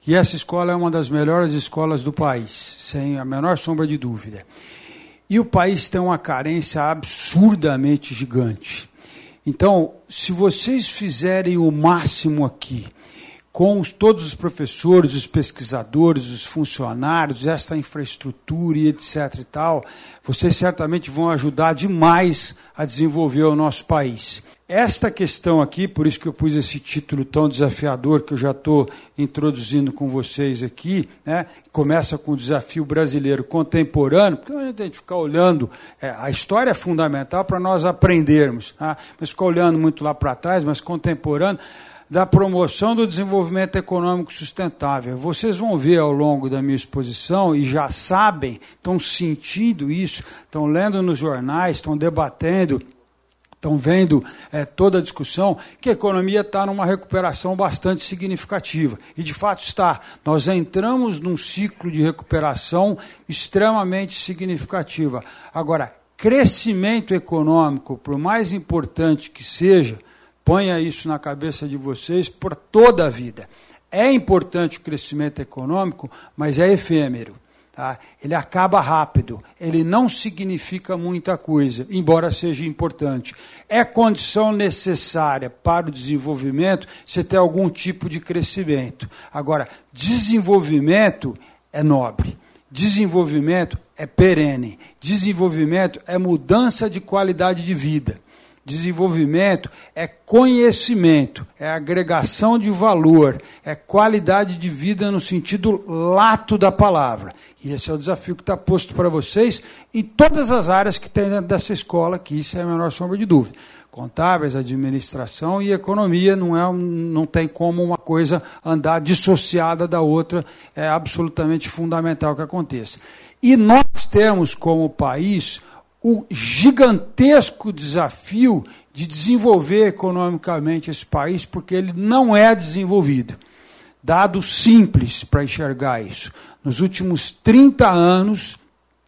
E essa escola é uma das melhores escolas do país, sem a menor sombra de dúvida. E o país tem uma carência absurdamente gigante. Então, se vocês fizerem o máximo aqui, com todos os professores, os pesquisadores, os funcionários, essa infraestrutura e etc. e tal, vocês certamente vão ajudar demais a desenvolver o nosso país. Esta questão aqui, por isso que eu pus esse título tão desafiador que eu já estou introduzindo com vocês aqui, né? Começa com o desafio brasileiro contemporâneo, porque a gente tem que ficar olhando, a história é fundamental para nós aprendermos, tá? Mas ficar olhando muito lá para trás, mas contemporâneo, da promoção do desenvolvimento econômico sustentável. Vocês vão ver ao longo da minha exposição, e já sabem, estão sentindo isso, estão lendo nos jornais, estão debatendo, estão vendo toda a discussão, que a economia está numa recuperação bastante significativa. E, de fato, está. Nós entramos num ciclo de recuperação extremamente significativa. Agora, crescimento econômico, por mais importante que seja, ponha isso na cabeça de vocês por toda a vida. É importante o crescimento econômico, mas é efêmero. Tá? Ele acaba rápido, ele não significa muita coisa, embora seja importante. É condição necessária para o desenvolvimento você ter algum tipo de crescimento. Agora, desenvolvimento é nobre, desenvolvimento é perene, desenvolvimento é mudança de qualidade de vida. Desenvolvimento é conhecimento, é agregação de valor, é qualidade de vida no sentido lato da palavra. E esse é o desafio que está posto para vocês em todas as áreas que tem dentro dessa escola aqui, isso é a menor sombra de dúvida. Contábeis, administração e economia, não tem como uma coisa andar dissociada da outra, é absolutamente fundamental que aconteça. E nós temos como país o gigantesco desafio de desenvolver economicamente esse país, porque ele não é desenvolvido. Dado simples para enxergar isso. Nos últimos 30 anos,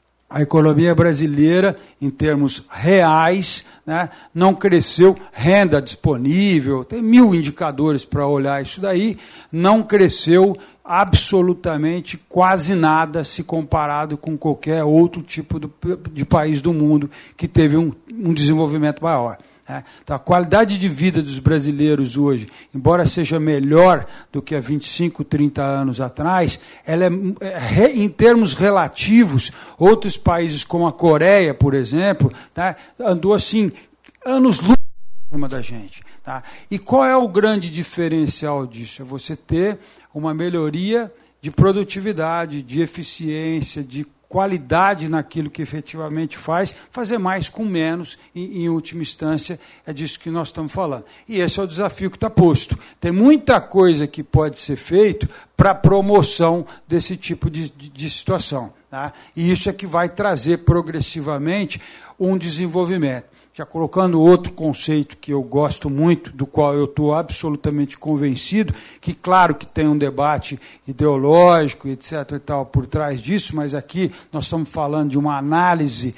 a economia brasileira, em termos reais, né, não cresceu, renda disponível, tem 1000 indicadores para olhar isso daí, não cresceu absolutamente quase nada se comparado com qualquer outro tipo de país do mundo que teve um desenvolvimento maior. Né? Então, a qualidade de vida dos brasileiros hoje, embora seja melhor do que há 25, 30 anos atrás, ela em termos relativos, outros países como a Coreia, por exemplo, tá, andou assim, anos-luz em cima da gente. Tá? E qual é o grande diferencial disso? É você ter uma melhoria de produtividade, de eficiência, de qualidade naquilo que efetivamente faz, fazer mais com menos, em última instância, é disso que nós estamos falando. E esse é o desafio que está posto. Tem muita coisa que pode ser feito para a promoção desse tipo de situação. Tá? E isso é que vai trazer progressivamente um desenvolvimento. Já colocando outro conceito que eu gosto muito, do qual eu estou absolutamente convencido, que claro que tem um debate ideológico, etc. e tal, por trás disso, mas aqui nós estamos falando de uma análise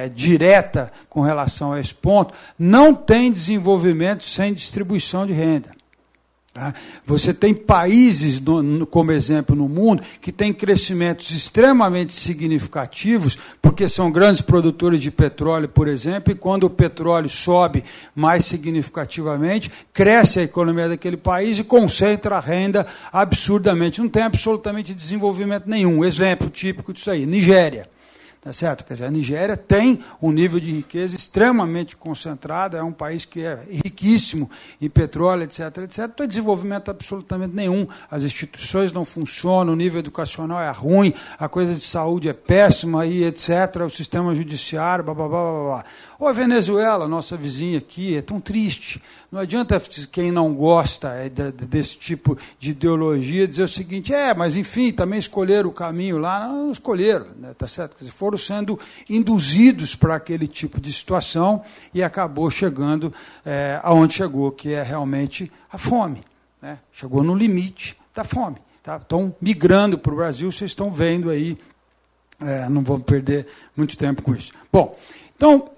direta com relação a esse ponto, não tem desenvolvimento sem distribuição de renda. Tá? Você tem países, como exemplo no mundo, que têm crescimentos extremamente significativos, porque são grandes produtores de petróleo, por exemplo, e quando o petróleo sobe mais significativamente, cresce a economia daquele país e concentra a renda absurdamente. Não tem absolutamente desenvolvimento nenhum. Exemplo típico disso aí, Nigéria. Tá certo? Quer dizer, a Nigéria tem um nível de riqueza extremamente concentrado, é um país que é riquíssimo em petróleo, etc., etc. Não tem desenvolvimento absolutamente nenhum, as instituições não funcionam, o nível educacional é ruim, a coisa de saúde é péssima, e etc., o sistema judiciário, blá, blá, blá, blá, blá. Ou a Venezuela, nossa vizinha aqui, é tão triste. Não adianta quem não gosta desse tipo de ideologia dizer o seguinte, mas enfim, também escolheram o caminho lá. Não escolheram, né, tá certo? Quer dizer, foram sendo induzidos para aquele tipo de situação e acabou chegando aonde chegou, que é realmente a fome. Né? Chegou no limite da fome. Tá? Estão migrando para o Brasil, vocês estão vendo aí, não vamos perder muito tempo com isso. Bom, Então,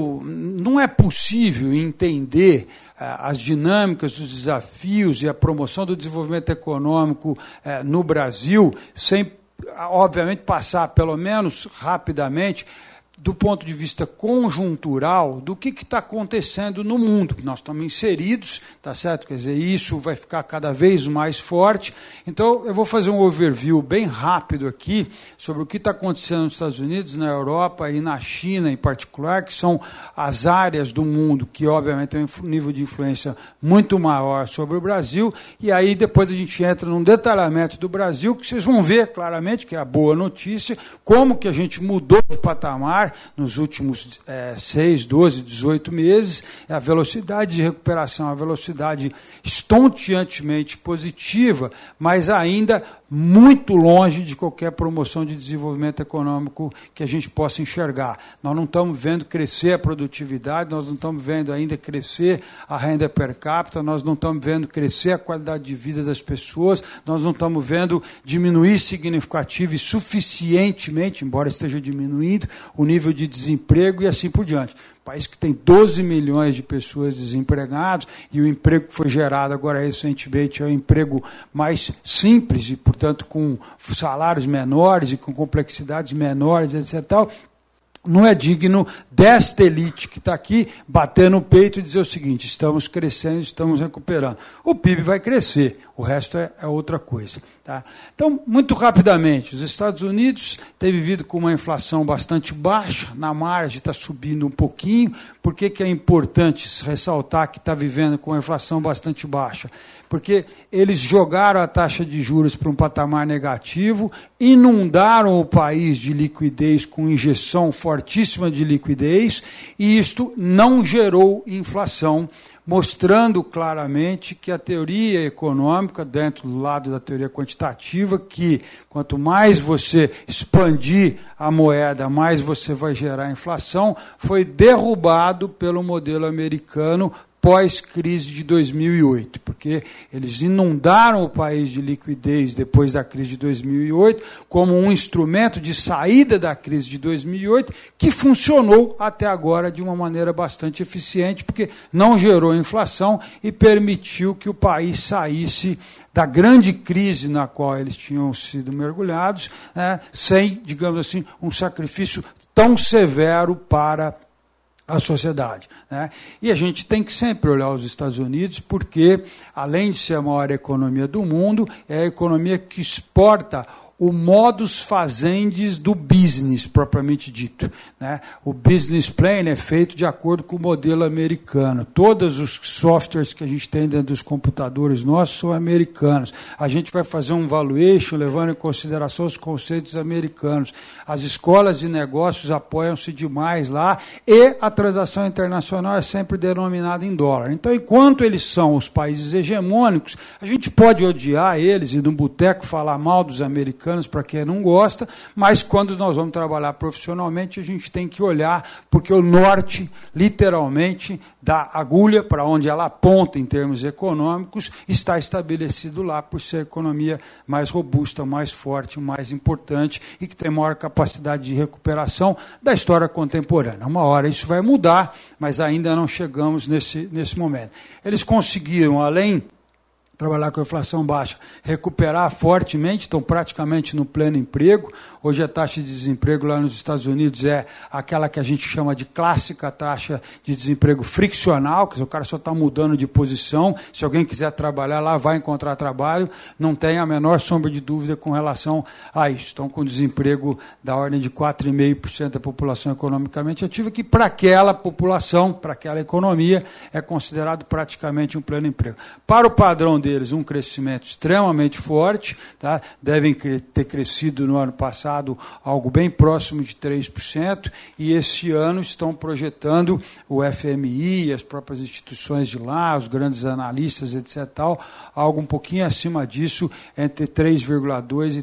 não é possível entender as dinâmicas, os desafios e a promoção do desenvolvimento econômico no Brasil sem, obviamente, passar, pelo menos rapidamente, do ponto de vista conjuntural, do que está acontecendo no mundo. Nós estamos inseridos, tá certo? Quer dizer, isso vai ficar cada vez mais forte. Então, eu vou fazer um overview bem rápido aqui sobre o que está acontecendo nos Estados Unidos, na Europa e na China em particular, que são as áreas do mundo que, obviamente, têm um nível de influência muito maior sobre o Brasil. E aí, depois a gente entra num detalhamento do Brasil, que vocês vão ver claramente, que é a boa notícia, como que a gente mudou de patamar nos últimos 6, 12, 18 meses, a velocidade de recuperação, a velocidade estonteantemente positiva, mas ainda muito longe de qualquer promoção de desenvolvimento econômico que a gente possa enxergar. Nós não estamos vendo crescer a produtividade, nós não estamos vendo ainda crescer a renda per capita, nós não estamos vendo crescer a qualidade de vida das pessoas, nós não estamos vendo diminuir significativa e suficientemente, embora esteja diminuindo, o nível de desemprego e assim por diante. País que tem 12 milhões de pessoas desempregadas e o emprego que foi gerado agora recentemente é um emprego mais simples e, portanto, com salários menores e com complexidades menores, etc. Não é digno desta elite que está aqui bater no peito e dizer o seguinte: estamos crescendo, estamos recuperando. O PIB vai crescer, o resto é outra coisa. Tá? Então, muito rapidamente, os Estados Unidos têm vivido com uma inflação bastante baixa, na margem está subindo um pouquinho. Por que é importante ressaltar que está vivendo com uma inflação bastante baixa? Porque eles jogaram a taxa de juros para um patamar negativo, inundaram o país de liquidez com injeção fortíssima de liquidez, e isto não gerou inflação, mostrando claramente que a teoria econômica, dentro do lado da teoria quantitativa, que quanto mais você expandir a moeda, mais você vai gerar inflação, foi derrubado pelo modelo americano pós-crise de 2008, porque eles inundaram o país de liquidez depois da crise de 2008 como um instrumento de saída da crise de 2008 que funcionou até agora de uma maneira bastante eficiente, porque não gerou inflação e permitiu que o país saísse da grande crise na qual eles tinham sido mergulhados, né, sem, digamos assim, um sacrifício tão severo para a sociedade. Né? E a gente tem que sempre olhar os Estados Unidos porque, além de ser a maior economia do mundo, é a economia que exporta o modus fazendi do business, propriamente dito. Né? O business plan é feito de acordo com o modelo americano. Todos os softwares que a gente tem dentro dos computadores nossos são americanos. A gente vai fazer um valuation levando em consideração os conceitos americanos. As escolas de negócios apoiam-se demais lá e a transação internacional é sempre denominada em dólar. Então, enquanto eles são os países hegemônicos, a gente pode odiar eles e no boteco falar mal dos americanos para quem não gosta, mas quando nós vamos trabalhar profissionalmente, a gente tem que olhar, porque o norte, literalmente, da agulha para onde ela aponta em termos econômicos, está estabelecido lá por ser a economia mais robusta, mais forte, mais importante e que tem maior capacidade de recuperação da história contemporânea. Uma hora isso vai mudar, mas ainda não chegamos nesse momento. Eles conseguiram, além trabalhar com a inflação baixa, recuperar fortemente, estão praticamente no pleno emprego. Hoje a taxa de desemprego lá nos Estados Unidos é aquela que a gente chama de clássica taxa de desemprego friccional, quer dizer, o cara só está mudando de posição, se alguém quiser trabalhar lá, vai encontrar trabalho, não tem a menor sombra de dúvida com relação a isso. Estão com desemprego da ordem de 4,5% da população economicamente ativa, que para aquela população, para aquela economia, é considerado praticamente um pleno emprego. Para o padrão deles, um crescimento extremamente forte, tá? Devem ter crescido no ano passado algo bem próximo de 3%, e esse ano estão projetando o FMI, as próprias instituições de lá, os grandes analistas, etc., algo um pouquinho acima disso, entre 3,2% e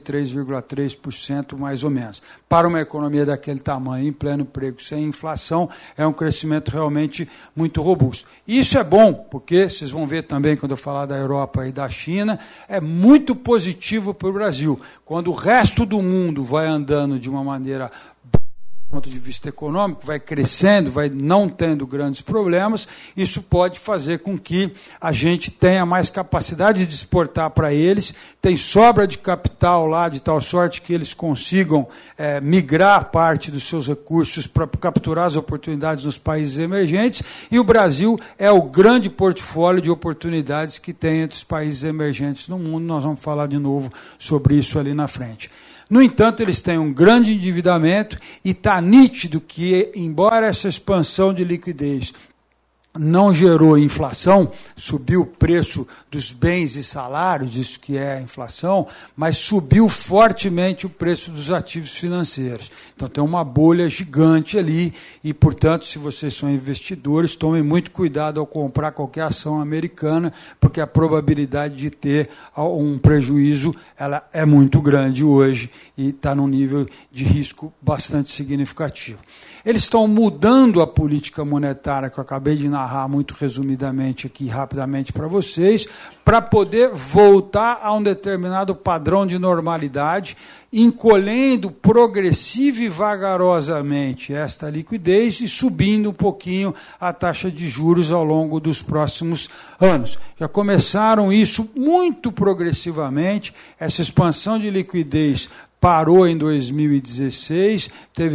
3,3% mais ou menos. Para uma economia daquele tamanho, em pleno emprego, sem inflação, é um crescimento realmente muito robusto. E isso é bom, porque vocês vão ver também, quando eu falar da Europa e da China, é muito positivo para o Brasil. Quando o resto do mundo vai andando de uma maneira ponto de vista econômico, vai crescendo, vai não tendo grandes problemas, isso pode fazer com que a gente tenha mais capacidade de exportar para eles, tem sobra de capital lá, de tal sorte que eles consigam migrar parte dos seus recursos para capturar as oportunidades nos países emergentes, e o Brasil é o grande portfólio de oportunidades que tem entre os países emergentes no mundo. Nós vamos falar de novo sobre isso ali na frente. No entanto, eles têm um grande endividamento e está nítido que, embora essa expansão de liquidez não gerou inflação, subiu o preço dos bens e salários, isso que é a inflação, mas subiu fortemente o preço dos ativos financeiros. Então tem uma bolha gigante ali e, portanto, se vocês são investidores, tomem muito cuidado ao comprar qualquer ação americana, porque a probabilidade de ter um prejuízo ela é muito grande hoje e está num nível de risco bastante significativo. Eles estão mudando a política monetária, que eu acabei de narrar muito resumidamente aqui, rapidamente para vocês, para poder voltar a um determinado padrão de normalidade, encolhendo progressiva e vagarosamente esta liquidez e subindo um pouquinho a taxa de juros ao longo dos próximos anos. Já começaram isso muito progressivamente, essa expansão de liquidez parou em 2016, teve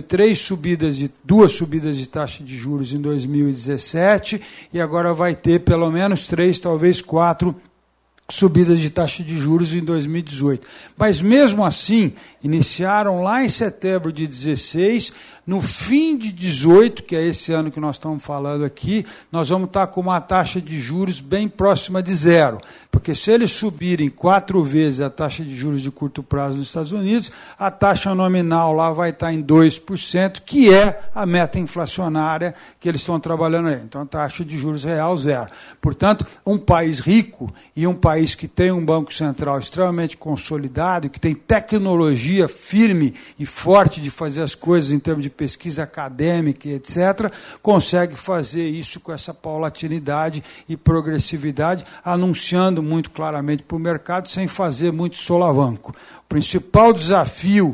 duas subidas de taxa de juros em 2017 e agora vai ter pelo menos 3, talvez 4 subidas de taxa de juros em 2018. Mas mesmo assim, iniciaram lá em setembro de 16, no fim de 18, que é esse ano que nós estamos falando aqui, nós vamos estar com uma taxa de juros bem próxima de zero. Porque se eles subirem 4 vezes a taxa de juros de curto prazo nos Estados Unidos, a taxa nominal lá vai estar em 2%, que é a meta inflacionária que eles estão trabalhando aí. Então, a taxa de juros real, zero. Portanto, um país rico e um país que tem um Banco Central extremamente consolidado, que tem tecnologia firme e forte de fazer as coisas em termos de pesquisa acadêmica, etc., consegue fazer isso com essa paulatinidade e progressividade, anunciando muito claramente para o mercado, sem fazer muito solavanco. O principal desafio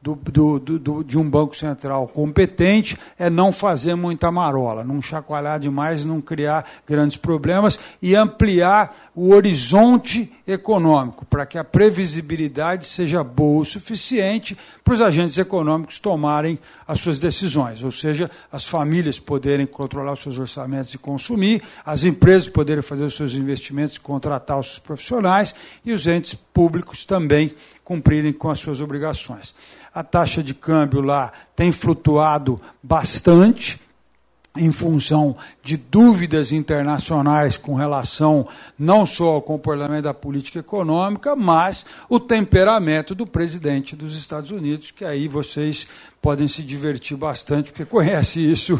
de um Banco Central competente é não fazer muita marola, não chacoalhar demais, não criar grandes problemas e ampliar o horizonte econômico, para que a previsibilidade seja boa o suficiente para os agentes econômicos tomarem as suas decisões, ou seja, as famílias poderem controlar os seus orçamentos e consumir, as empresas poderem fazer os seus investimentos e contratar os seus profissionais e os entes públicos também cumprirem com as suas obrigações. A taxa de câmbio lá tem flutuado bastante, em função de dúvidas internacionais com relação não só ao comportamento da política econômica, mas o temperamento do presidente dos Estados Unidos, que aí vocês podem se divertir bastante, porque conhece isso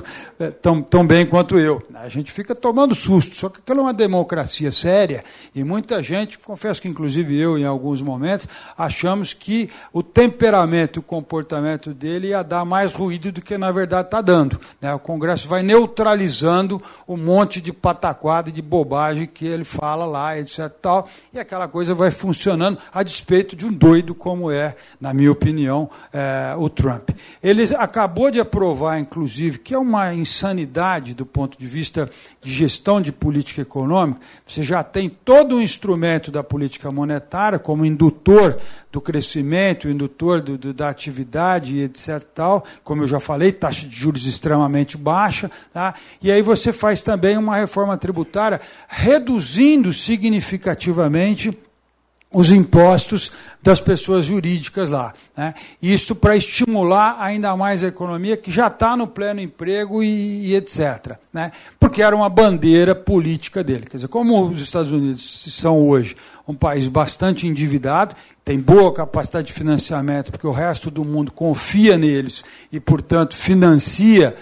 tão bem quanto eu. A gente fica tomando susto, só que aquela é uma democracia séria, e muita gente, confesso que inclusive eu, em alguns momentos, achamos que o temperamento e o comportamento dele ia dar mais ruído do que na verdade está dando. O Congresso vai neutralizando um monte de pataquada e de bobagem que ele fala lá, etc. Tal, e aquela coisa vai funcionando a despeito de um doido como é, na minha opinião, o Trump. Ele acabou de aprovar, inclusive, que é uma insanidade do ponto de vista de gestão de política econômica. Você já tem todo um instrumento da política monetária como indutor do crescimento, indutor da atividade, etc. Tal, como eu já falei, taxa de juros extremamente baixa. Tá? E aí você faz também uma reforma tributária reduzindo significativamente os impostos das pessoas jurídicas lá. Né? Isto para estimular ainda mais a economia, que já está no pleno emprego e etc. Né? Porque era uma bandeira política dele. Quer dizer, como os Estados Unidos são hoje um país bastante endividado, tem boa capacidade de financiamento, porque o resto do mundo confia neles e, portanto, financia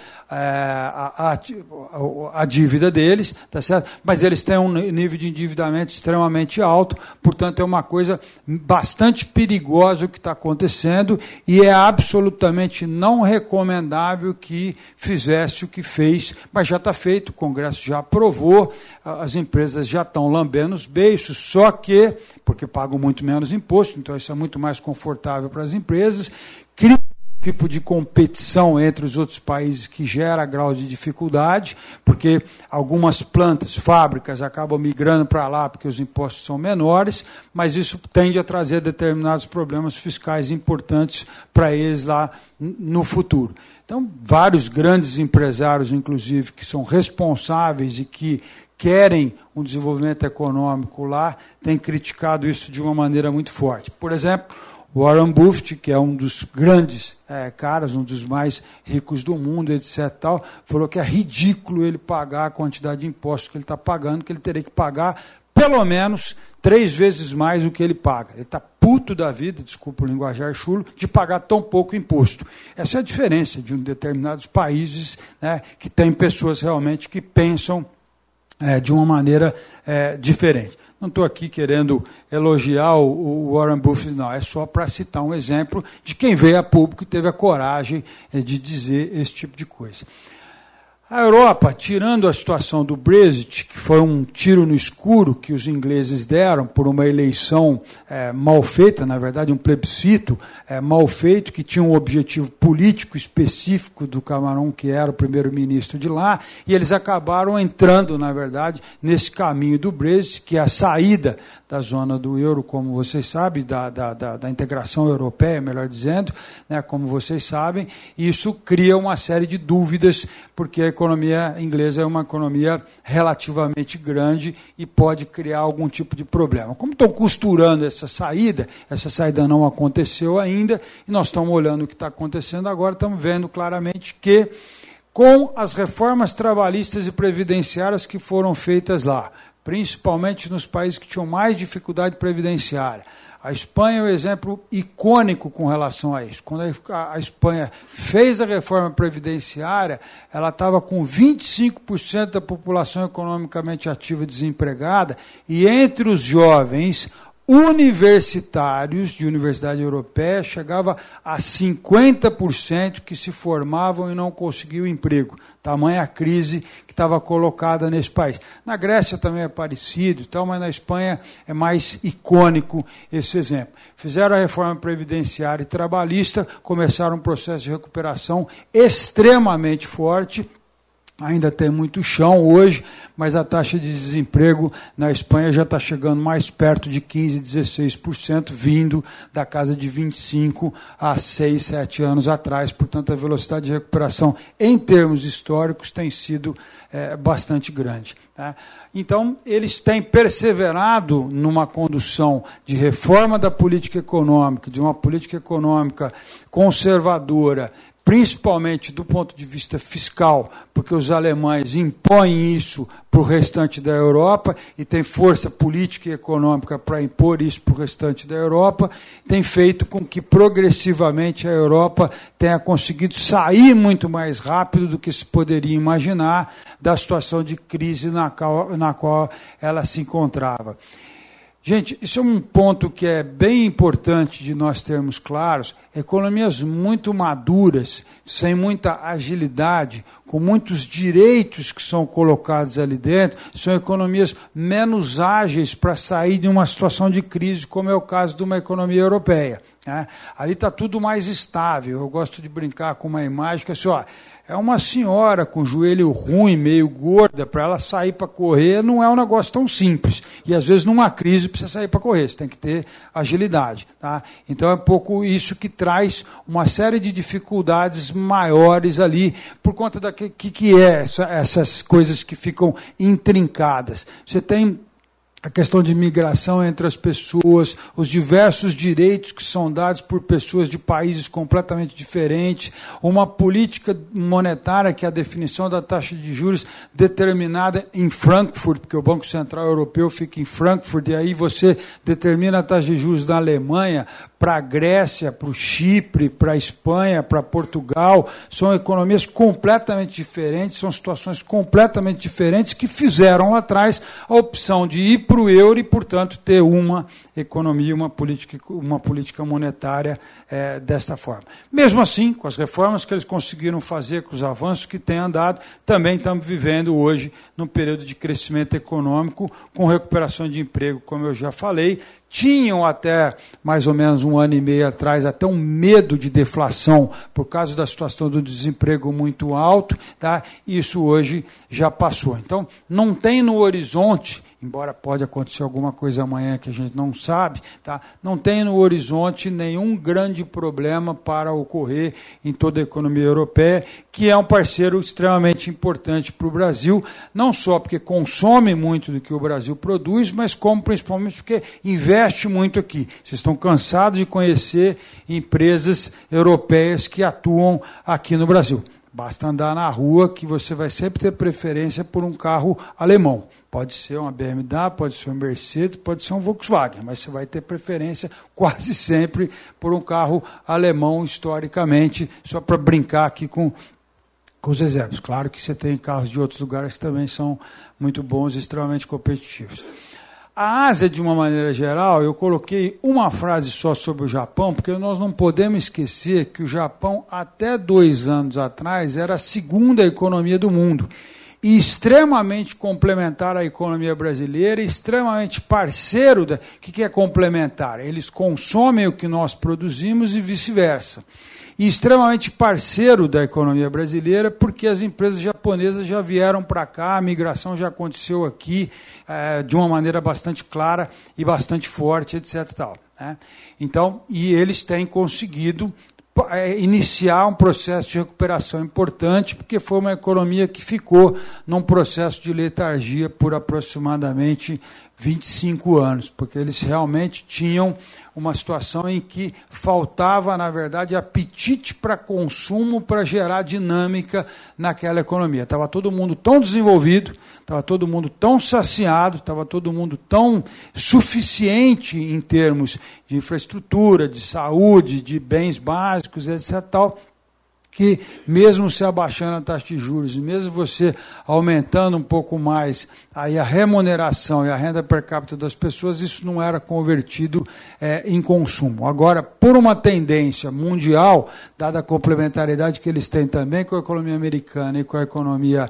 a dívida deles, tá certo? Mas eles têm um nível de endividamento extremamente alto, portanto é uma coisa bastante perigosa o que está acontecendo e é absolutamente não recomendável que fizesse o que fez, mas já está feito, o Congresso já aprovou, as empresas já estão lambendo os beiços, só que, porque pagam muito menos imposto, então isso é muito mais confortável para as empresas, tipo de competição entre os outros países que gera grau de dificuldade, porque algumas plantas, fábricas acabam migrando para lá porque os impostos são menores, mas isso tende a trazer determinados problemas fiscais importantes para eles lá no futuro. Então, vários grandes empresários, inclusive, que são responsáveis e que querem um desenvolvimento econômico lá, têm criticado isso de uma maneira muito forte. Por exemplo, Warren Buffett, que é um dos grandes caras, um dos mais ricos do mundo, etc., tal, falou que é ridículo ele pagar a quantidade de impostos que ele está pagando, que ele teria que pagar pelo menos 3 vezes mais do que ele paga. Ele está puto da vida, desculpa o linguajar chulo, de pagar tão pouco imposto. Essa é a diferença de determinados países, né, que tem pessoas realmente que pensam de uma maneira diferente. Não estou aqui querendo elogiar o Warren Buffett, não. É só para citar um exemplo de quem veio a público e teve a coragem de dizer esse tipo de coisa. A Europa, tirando a situação do Brexit, que foi um tiro no escuro que os ingleses deram por uma eleição mal feita, na verdade um plebiscito mal feito, que tinha um objetivo político específico do Cameron, que era o primeiro-ministro de lá, e eles acabaram entrando, na verdade, nesse caminho do Brexit, que é a saída da zona do euro, como vocês sabem, da integração europeia, melhor dizendo, né, como vocês sabem, e isso cria uma série de dúvidas, porque a economia inglesa é uma economia relativamente grande e pode criar algum tipo de problema. Como estão costurando essa saída não aconteceu ainda, e nós estamos olhando o que está acontecendo agora, estamos vendo claramente que, com as reformas trabalhistas e previdenciárias que foram feitas lá, principalmente nos países que tinham mais dificuldade previdenciária. A Espanha é um exemplo icônico com relação a isso. Quando a Espanha fez a reforma previdenciária, ela estava com 25% da população economicamente ativa desempregada, e entre os jovens universitários de universidade europeia chegava a 50% que se formavam e não conseguiam emprego. Tamanha a crise que estava colocada nesse país. Na Grécia também é parecido, mas na Espanha é mais icônico esse exemplo. Fizeram a reforma previdenciária e trabalhista, começaram um processo de recuperação extremamente forte. Ainda tem muito chão hoje, mas a taxa de desemprego na Espanha já está chegando mais perto de 15%, 16%, vindo da casa de 25 a 6, 7 anos atrás. Portanto, a velocidade de recuperação, em termos históricos, tem sido bastante grande. Tá? Então, eles têm perseverado numa condução de reforma da política econômica, de uma política econômica conservadora, principalmente do ponto de vista fiscal, porque os alemães impõem isso para o restante da Europa e tem força política e econômica para impor isso para o restante da Europa, tem feito com que progressivamente a Europa tenha conseguido sair muito mais rápido do que se poderia imaginar da situação de crise na qual ela se encontrava. Gente, isso é um ponto que é bem importante de nós termos claros. Economias muito maduras, sem muita agilidade, com muitos direitos que são colocados ali dentro, são economias menos ágeis para sair de uma situação de crise, como é o caso de uma economia europeia. Né? Ali está tudo mais estável. Eu gosto de brincar com uma imagem que é assim, é uma senhora com joelho ruim, meio gorda, para ela sair para correr não é um negócio tão simples. E às vezes numa crise precisa sair para correr, você tem que ter agilidade. Tá? Então é um pouco isso que traz uma série de dificuldades maiores ali, por conta da que essas coisas que ficam intrincadas. Você tem a questão de migração entre as pessoas, os diversos direitos que são dados por pessoas de países completamente diferentes, uma política monetária, que é a definição da taxa de juros determinada em Frankfurt, porque o Banco Central Europeu fica em Frankfurt, e aí você determina a taxa de juros da Alemanha, para a Grécia, para o Chipre, para a Espanha, para Portugal. São economias completamente diferentes, são situações completamente diferentes que fizeram lá atrás a opção de ir para o euro e, portanto, ter uma economia, uma política monetária desta forma. Mesmo assim, com as reformas que eles conseguiram fazer, com os avanços que têm andado, também estamos vivendo hoje num período de crescimento econômico, com recuperação de emprego, como eu já falei. Tinham até mais ou menos 1 ano e meio atrás até um medo de deflação por causa da situação do desemprego muito alto, tá? Isso hoje já passou. Então, não tem no horizonte, embora pode acontecer alguma coisa amanhã que a gente não sabe, tá? Não tem no horizonte nenhum grande problema para ocorrer em toda a economia europeia, que é um parceiro extremamente importante para o Brasil, não só porque consome muito do que o Brasil produz, mas como principalmente porque investe muito aqui. Vocês estão cansados de conhecer empresas europeias que atuam aqui no Brasil. Basta andar na rua que você vai sempre ter preferência por um carro alemão. Pode ser uma BMW, pode ser um Mercedes, pode ser um Volkswagen, mas você vai ter preferência quase sempre por um carro alemão, historicamente, só para brincar aqui com os exemplos. Claro que você tem carros de outros lugares que também são muito bons e extremamente competitivos. A Ásia, de uma maneira geral, eu coloquei uma frase só sobre o Japão, porque nós não podemos esquecer que o Japão, até 2 anos atrás, era a segunda economia do mundo. E extremamente complementar à economia brasileira, extremamente parceiro da... O que é complementar? Eles consomem o que nós produzimos e vice-versa. E extremamente parceiro da economia brasileira, porque as empresas japonesas já vieram para cá, a migração já aconteceu aqui de uma maneira bastante clara e bastante forte, etc. Tal, né? Então, e eles têm conseguido iniciar um processo de recuperação importante, porque foi uma economia que ficou num processo de letargia por aproximadamente 25 anos, porque eles realmente tinham uma situação em que faltava, na verdade, apetite para consumo para gerar dinâmica naquela economia. Estava todo mundo tão desenvolvido, estava todo mundo tão saciado, estava todo mundo tão suficiente em termos de infraestrutura, de saúde, de bens básicos, etc. Tal, que mesmo se abaixando a taxa de juros, e mesmo você aumentando um pouco mais aí a remuneração e a renda per capita das pessoas, isso não era convertido em consumo. Agora, por uma tendência mundial, dada a complementaridade que eles têm também com a economia americana e com a economia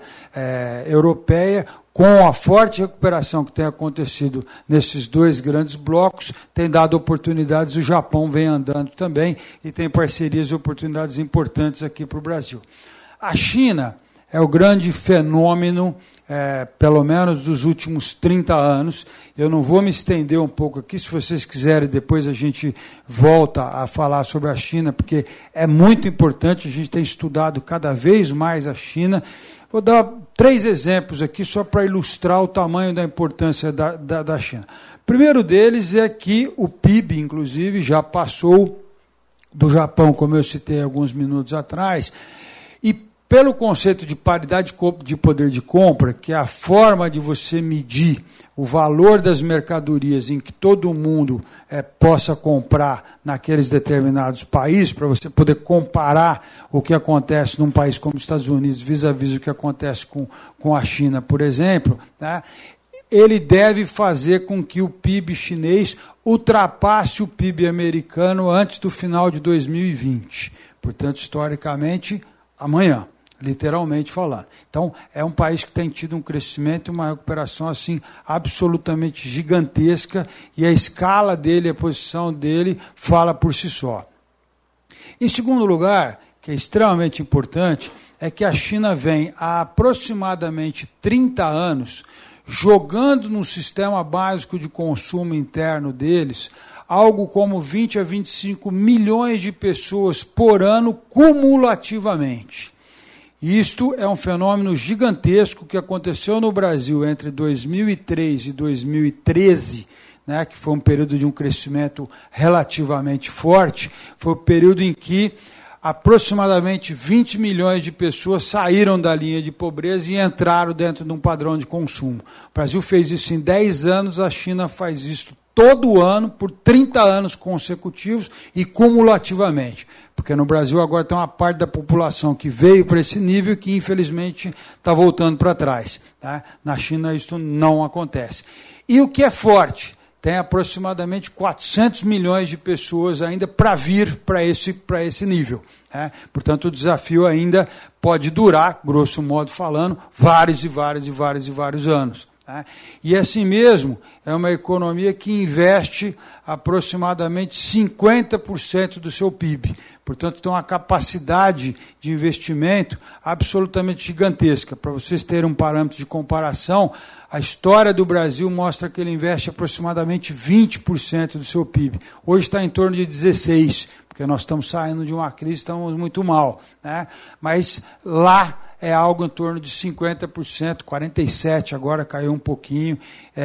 europeia, com a forte recuperação que tem acontecido nesses 2 grandes blocos, tem dado oportunidades, o Japão vem andando também e tem parcerias e oportunidades importantes aqui para o Brasil. A China é o grande fenômeno, pelo menos dos últimos 30 anos. Eu não vou me estender um pouco aqui, se vocês quiserem, depois a gente volta a falar sobre a China, porque é muito importante, a gente tem estudado cada vez mais a China. Vou dar 3 exemplos aqui só para ilustrar o tamanho da importância da China. O primeiro deles é que o PIB, inclusive, já passou do Japão, como eu citei alguns minutos atrás, e pelo conceito de paridade de poder de compra, que é a forma de você medir o valor das mercadorias em que todo mundo possa comprar naqueles determinados países, para você poder comparar o que acontece num país como os Estados Unidos vis-à-vis o que acontece com a China, por exemplo, né? Ele deve fazer com que o PIB chinês ultrapasse o PIB americano antes do final de 2020. Portanto, historicamente, amanhã. Literalmente falando. Então, é um país que tem tido um crescimento e uma recuperação assim absolutamente gigantesca, e a escala dele, a posição dele, fala por si só. Em segundo lugar, que é extremamente importante, é que a China vem há aproximadamente 30 anos jogando no sistema básico de consumo interno deles algo como 20 a 25 milhões de pessoas por ano cumulativamente. Isto é um fenômeno gigantesco que aconteceu no Brasil entre 2003 e 2013, né, que foi um período de um crescimento relativamente forte. Foi o período em que aproximadamente 20 milhões de pessoas saíram da linha de pobreza e entraram dentro de um padrão de consumo. O Brasil fez isso em 10 anos, a China faz isso todo ano, por 30 anos consecutivos e cumulativamente. Porque no Brasil agora tem uma parte da população que veio para esse nível que, infelizmente, está voltando para trás. Tá? Na China isso não acontece. E o que é forte? Tem aproximadamente 400 milhões de pessoas ainda para vir para esse nível. Né? Portanto, o desafio ainda pode durar, grosso modo falando, vários anos. Né? E assim mesmo, é uma economia que investe aproximadamente 50% do seu PIB. Portanto, tem uma capacidade de investimento absolutamente gigantesca. Para vocês terem um parâmetro de comparação, a história do Brasil mostra que ele investe aproximadamente 20% do seu PIB. Hoje está em torno de 16%, porque nós estamos saindo de uma crise, estamos muito mal. Né? Mas lá é algo em torno de 50%, 47% agora caiu um pouquinho,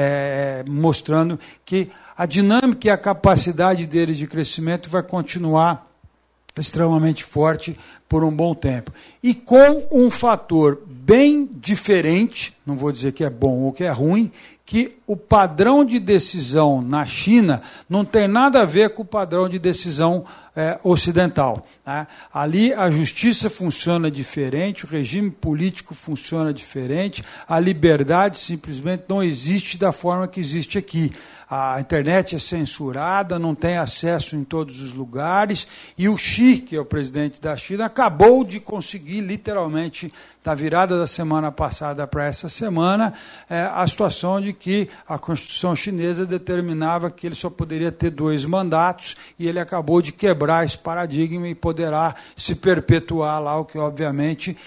mostrando que a dinâmica e a capacidade deles de crescimento vai continuar extremamente forte por um bom tempo. E com um fator bem diferente, não vou dizer que é bom ou que é ruim, que o padrão de decisão na China não tem nada a ver com o padrão de decisão ocidental. Né? Ali a justiça funciona diferente, o regime político funciona diferente, a liberdade simplesmente não existe da forma que existe aqui. A internet é censurada, não tem acesso em todos os lugares, e o Xi, que é o presidente da China, acabou de conseguir, literalmente, da virada da semana passada para essa semana, a situação de que a Constituição chinesa determinava que ele só poderia ter 2 mandatos, e ele acabou de quebrar esse paradigma e poderá se perpetuar lá, o que, obviamente,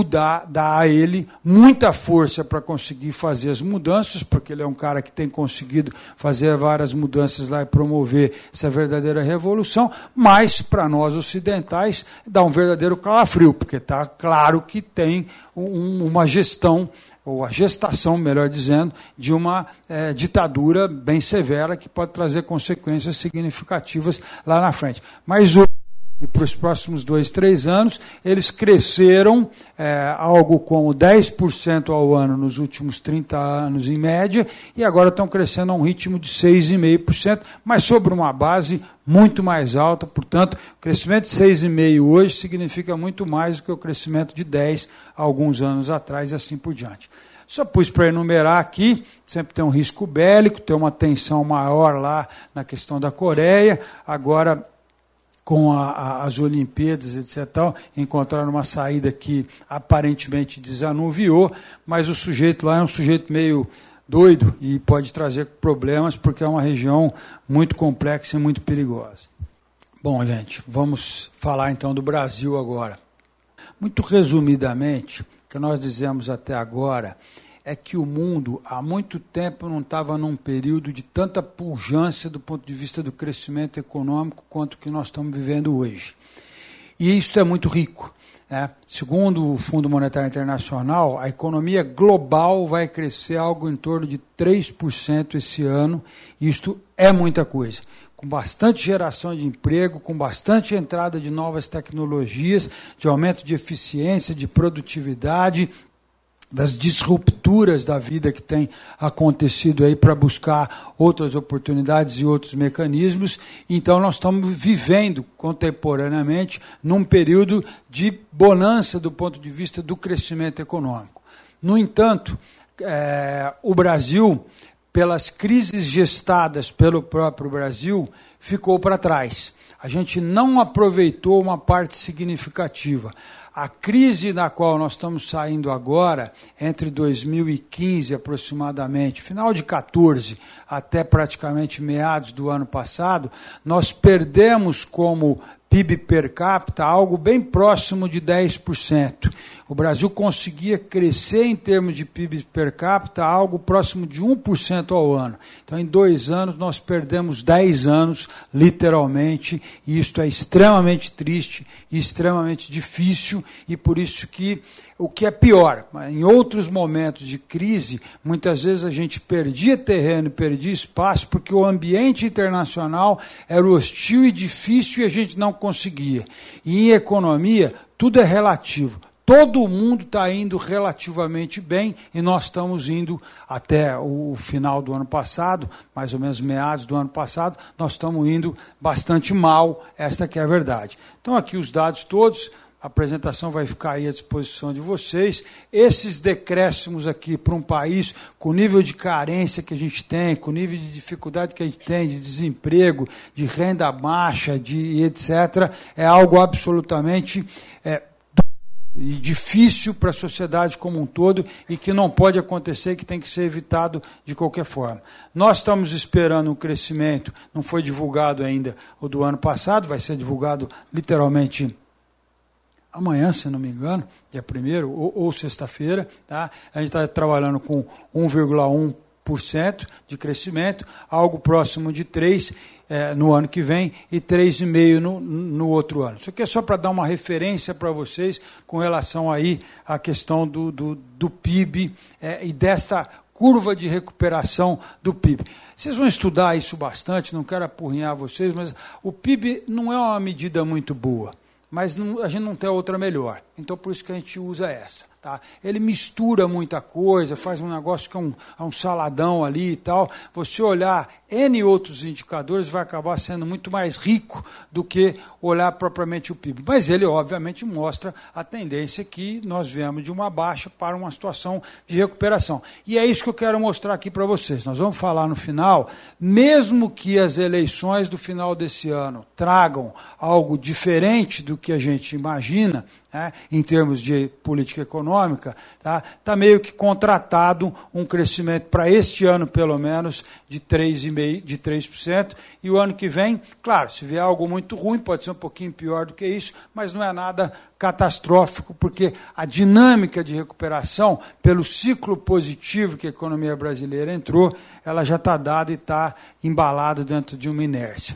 dá a ele muita força para conseguir fazer as mudanças, porque ele é um cara que tem conseguido fazer várias mudanças lá e promover essa verdadeira revolução, mas, para nós ocidentais, dá um verdadeiro calafrio, porque está claro que tem uma gestão, ou a gestação, melhor dizendo, de uma ditadura bem severa que pode trazer consequências significativas lá na frente. Mas e para os próximos 2, 3 anos, eles cresceram algo como 10% ao ano nos últimos 30 anos, em média, e agora estão crescendo a um ritmo de 6,5%, mas sobre uma base muito mais alta. Portanto, o crescimento de 6,5% hoje significa muito mais do que o crescimento de 10% há alguns anos atrás, e assim por diante. Só pus para enumerar aqui, sempre tem um risco bélico, tem uma tensão maior lá na questão da Coreia, agora com as Olimpíadas, etc., encontraram uma saída que aparentemente desanuviou, mas o sujeito lá é um sujeito meio doido e pode trazer problemas, porque é uma região muito complexa e muito perigosa. Bom, gente, vamos falar então do Brasil agora. Muito resumidamente, o que nós dizemos até agora é que o mundo, há muito tempo, não estava num período de tanta pujança do ponto de vista do crescimento econômico quanto o que nós estamos vivendo hoje. E isso é muito rico. Né? Segundo o Fundo Monetário Internacional, a economia global vai crescer algo em torno de 3% esse ano, e isto é muita coisa. Com bastante geração de emprego, com bastante entrada de novas tecnologias, de aumento de eficiência, de produtividade, das disrupturas da vida que tem acontecido aí para buscar outras oportunidades e outros mecanismos. Então, nós estamos vivendo contemporaneamente num período de bonança do ponto de vista do crescimento econômico. No entanto, o Brasil, pelas crises gestadas pelo próprio Brasil, ficou para trás. A gente não aproveitou uma parte significativa. A crise na qual nós estamos saindo agora, entre 2015 aproximadamente, final de 2014 até praticamente meados do ano passado, nós perdemos como PIB per capita algo bem próximo de 10%. O Brasil conseguia crescer em termos de PIB per capita algo próximo de 1% ao ano. Então, em 2 anos, nós perdemos 10 anos, literalmente, e isto é extremamente triste e extremamente difícil, e por isso que o que é pior, em outros momentos de crise, muitas vezes a gente perdia terreno, perdia espaço, porque o ambiente internacional era hostil e difícil e a gente não conseguia. E em economia, tudo é relativo. Todo mundo está indo relativamente bem e nós estamos indo até o final do ano passado, mais ou menos meados do ano passado, nós estamos indo bastante mal, esta que é a verdade. Então aqui os dados todos, a apresentação vai ficar aí à disposição de vocês. Esses decréscimos aqui para um país com o nível de carência que a gente tem, com o nível de dificuldade que a gente tem, de desemprego, de renda baixa, de etc., é algo absolutamente e difícil para a sociedade como um todo e que não pode acontecer, que tem que ser evitado de qualquer forma. Nós estamos esperando um crescimento, não foi divulgado ainda o do ano passado, vai ser divulgado literalmente amanhã, se não me engano, dia 1º ou sexta-feira. Tá? A gente está trabalhando com 1,1% de crescimento, algo próximo de 3% no ano que vem e 3,5% no outro ano. Isso aqui é só para dar uma referência para vocês com relação aí à questão do PIB e desta curva de recuperação do PIB. Vocês vão estudar isso bastante, não quero apurrinhar vocês, mas o PIB não é uma medida muito boa, mas a gente não tem outra melhor. Então, por isso que a gente usa essa. Tá? Ele mistura muita coisa, faz um negócio que é um saladão ali e tal. Você olhar N outros indicadores vai acabar sendo muito mais rico do que olhar propriamente o PIB. Mas ele, obviamente, mostra a tendência que nós viemos de uma baixa para uma situação de recuperação. E é isso que eu quero mostrar aqui para vocês. Nós vamos falar no final, mesmo que as eleições do final desse ano tragam algo diferente do que a gente imagina, em termos de política econômica, tá meio que contratado um crescimento para este ano, pelo menos, de 3%, e o ano que vem, claro, se vier algo muito ruim, pode ser um pouquinho pior do que isso, mas não é nada catastrófico, porque a dinâmica de recuperação, pelo ciclo positivo que a economia brasileira entrou, ela já está dada e está embalada dentro de uma inércia.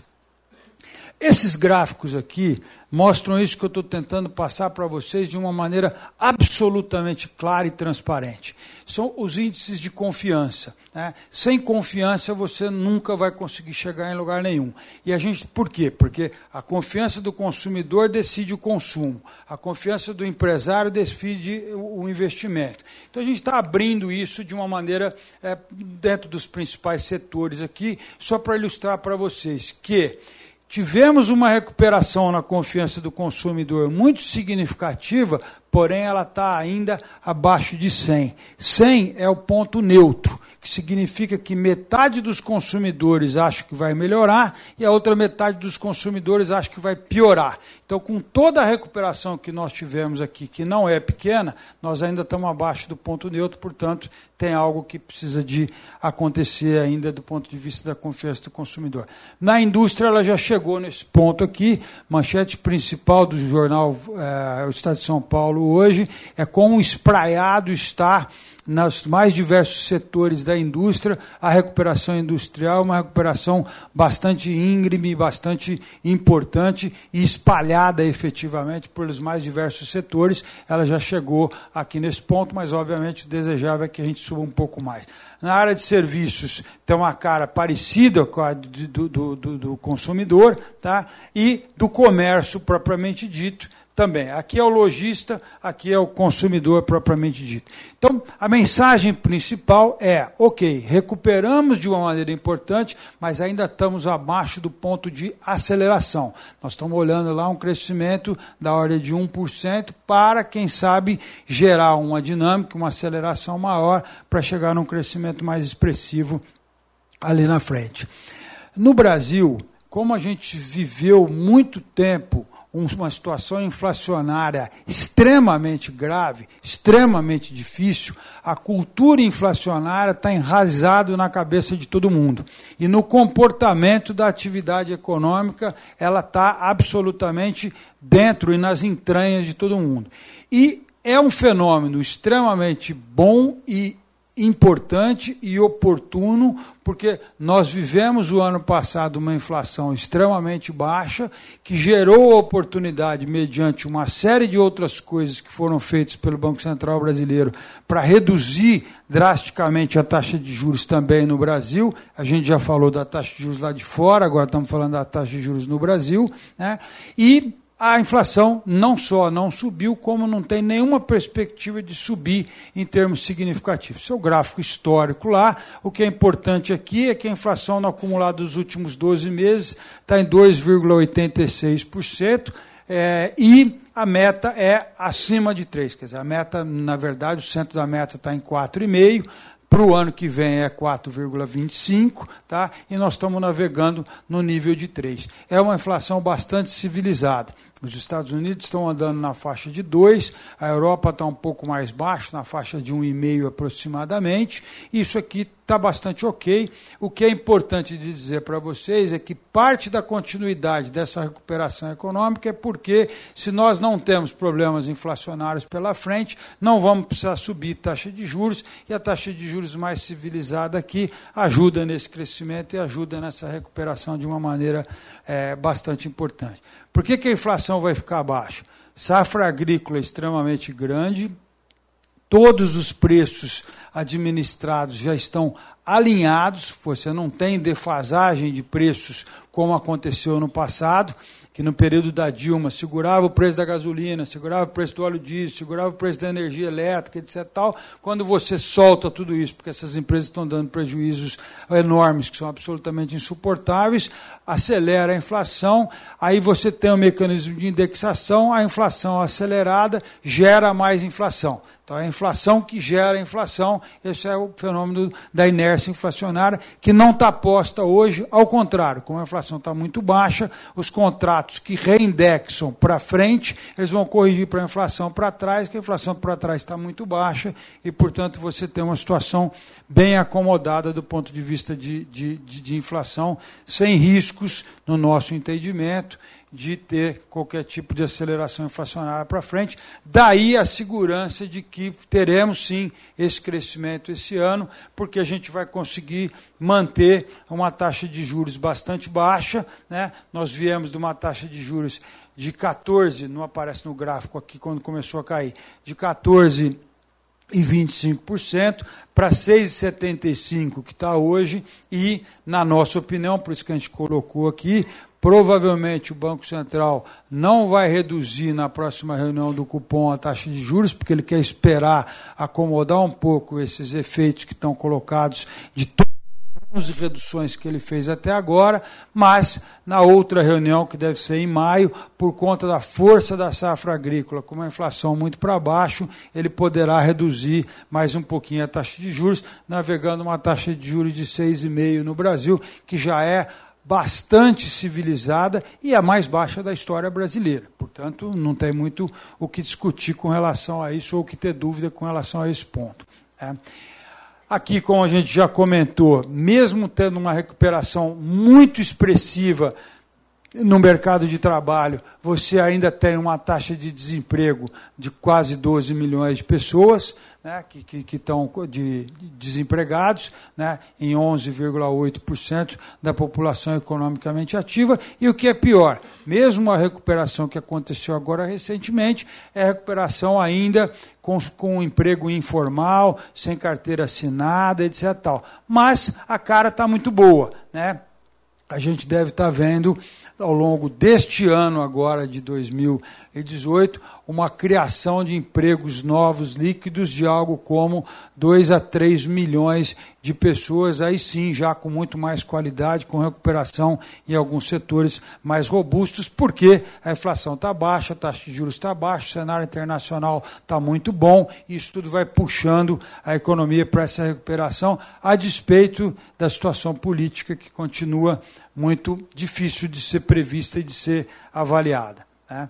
Esses gráficos aqui mostram isso que eu estou tentando passar para vocês de uma maneira absolutamente clara e transparente. São os índices de confiança. Né? Sem confiança você nunca vai conseguir chegar em lugar nenhum. E a gente, por quê? Porque a confiança do consumidor decide o consumo, a confiança do empresário decide o investimento. Então a gente está abrindo isso de uma maneira dentro dos principais setores aqui, só para ilustrar para vocês que tivemos uma recuperação na confiança do consumidor muito significativa, porém ela está ainda abaixo de 100. 100 é o ponto neutro, que significa que metade dos consumidores acha que vai melhorar e a outra metade dos consumidores acha que vai piorar. Então, com toda a recuperação que nós tivemos aqui, que não é pequena, nós ainda estamos abaixo do ponto neutro, portanto, tem algo que precisa de acontecer ainda do ponto de vista da confiança do consumidor. Na indústria, ela já chegou nesse ponto aqui, manchete principal do jornal O Estado de São Paulo hoje, é como espraiado está nos mais diversos setores da indústria, a recuperação industrial é uma recuperação bastante íngreme, bastante importante e espalhada efetivamente pelos mais diversos setores. Ela já chegou aqui nesse ponto, mas obviamente o desejável é que a gente suba um pouco mais. Na área de serviços tem uma cara parecida com a do consumidor, tá? E do comércio propriamente dito, também. Aqui é o lojista, aqui é o consumidor propriamente dito. Então, a mensagem principal é, ok, recuperamos de uma maneira importante, mas ainda estamos abaixo do ponto de aceleração. Nós estamos olhando lá um crescimento da ordem de 1% para, quem sabe, gerar uma dinâmica, uma aceleração maior para chegar num crescimento mais expressivo ali na frente. No Brasil, como a gente viveu muito tempo uma situação inflacionária extremamente grave, extremamente difícil, a cultura inflacionária está enraizada na cabeça de todo mundo. E no comportamento da atividade econômica, ela está absolutamente dentro e nas entranhas de todo mundo. E é um fenômeno extremamente bom e importante e oportuno, porque nós vivemos o ano passado uma inflação extremamente baixa, que gerou a oportunidade, mediante uma série de outras coisas que foram feitas pelo Banco Central brasileiro, para reduzir drasticamente a taxa de juros também no Brasil. A gente já falou da taxa de juros lá de fora, agora estamos falando da taxa de juros no Brasil, né? E a inflação não só não subiu, como não tem nenhuma perspectiva de subir em termos significativos. Esse é o gráfico histórico lá. O que é importante aqui é que a inflação no acumulado dos últimos 12 meses está em 2,86%. e a meta é acima de 3. Quer dizer, a meta, na verdade, o centro da meta está em 4,5. Para o ano que vem é 4,25, tá? E nós estamos navegando no nível de 3. É uma inflação bastante civilizada. Os Estados Unidos estão andando na faixa de 2, a Europa está um pouco mais baixo, na faixa de 1,5 aproximadamente. Isso aqui está bastante ok. O que é importante de dizer para vocês é que parte da continuidade dessa recuperação econômica é porque, se nós não temos problemas inflacionários pela frente, não vamos precisar subir taxa de juros, e a taxa de juros mais civilizada aqui ajuda nesse crescimento e ajuda nessa recuperação de uma maneira bastante importante. Por que a inflação vai ficar baixa? Safra agrícola extremamente grande, todos os preços administrados já estão alinhados, você não tem defasagem de preços como aconteceu no passado, que no período da Dilma segurava o preço da gasolina, segurava o preço do óleo diesel, segurava o preço da energia elétrica, etc. Tal. Quando você solta tudo isso, porque essas empresas estão dando prejuízos enormes, que são absolutamente insuportáveis, acelera a inflação, aí você tem um mecanismo de indexação, a inflação acelerada gera mais inflação. Então, é a inflação que gera a inflação, esse é o fenômeno da inércia inflacionária, que não está posta hoje, ao contrário, como a inflação está muito baixa, os contratos que reindexam para frente, eles vão corrigir para a inflação para trás, que a inflação para trás está muito baixa, e, portanto, você tem uma situação bem acomodada do ponto de vista de inflação, sem riscos, no nosso entendimento, de ter qualquer tipo de aceleração inflacionária para frente. Daí a segurança de que teremos, sim, esse crescimento esse ano, porque a gente vai conseguir manter uma taxa de juros bastante baixa, né? Nós viemos de uma taxa de juros de 14, não aparece no gráfico aqui quando começou a cair, de 14,25% para 6,75% que está hoje, e, na nossa opinião, por isso que a gente colocou aqui, provavelmente o Banco Central não vai reduzir na próxima reunião do cupom a taxa de juros, porque ele quer esperar acomodar um pouco esses efeitos que estão colocados de todas as reduções que ele fez até agora, mas na outra reunião, que deve ser em maio, por conta da força da safra agrícola, com uma inflação muito para baixo, ele poderá reduzir mais um pouquinho a taxa de juros, navegando uma taxa de juros de 6,5% no Brasil, que já é bastante civilizada e a mais baixa da história brasileira. Portanto, não tem muito o que discutir com relação a isso ou o que ter dúvida com relação a esse ponto. Aqui, como a gente já comentou, mesmo tendo uma recuperação muito expressiva no mercado de trabalho, você ainda tem uma taxa de desemprego de quase 12 milhões de pessoas, né, que estão desempregados, né, em 11,8% da população economicamente ativa. E o que é pior, mesmo a recuperação que aconteceu agora recentemente, é a recuperação ainda com emprego informal, sem carteira assinada, etc. Tal. Mas a cara está muito boa, né? A gente deve estar vendo, ao longo deste ano agora, de 2018, uma criação de empregos novos líquidos de algo como 2 a 3 milhões de pessoas, aí sim, já com muito mais qualidade, com recuperação em alguns setores mais robustos, porque a inflação está baixa, a taxa de juros está baixa, o cenário internacional está muito bom, e isso tudo vai puxando a economia para essa recuperação, a despeito da situação política que continua muito difícil de ser prevista e de ser avaliada, né?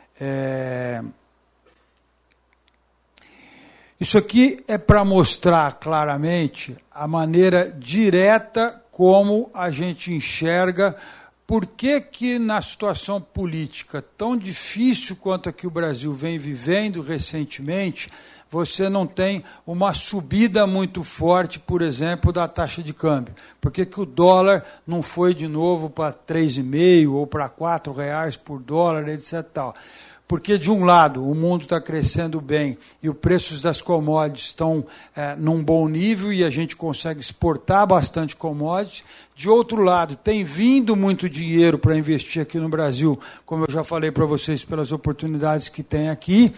Isso aqui é para mostrar claramente a maneira direta como a gente enxerga por que na situação política tão difícil quanto a que o Brasil vem vivendo recentemente, você não tem uma subida muito forte, por exemplo, da taxa de câmbio. Por que o dólar não foi de novo para 3,5 ou para R$4 por dólar, etc. Tal? Porque, de um lado, o mundo está crescendo bem e os preços das commodities estão num bom nível e a gente consegue exportar bastante commodities. De outro lado, tem vindo muito dinheiro para investir aqui no Brasil, como eu já falei para vocês, pelas oportunidades que tem aqui.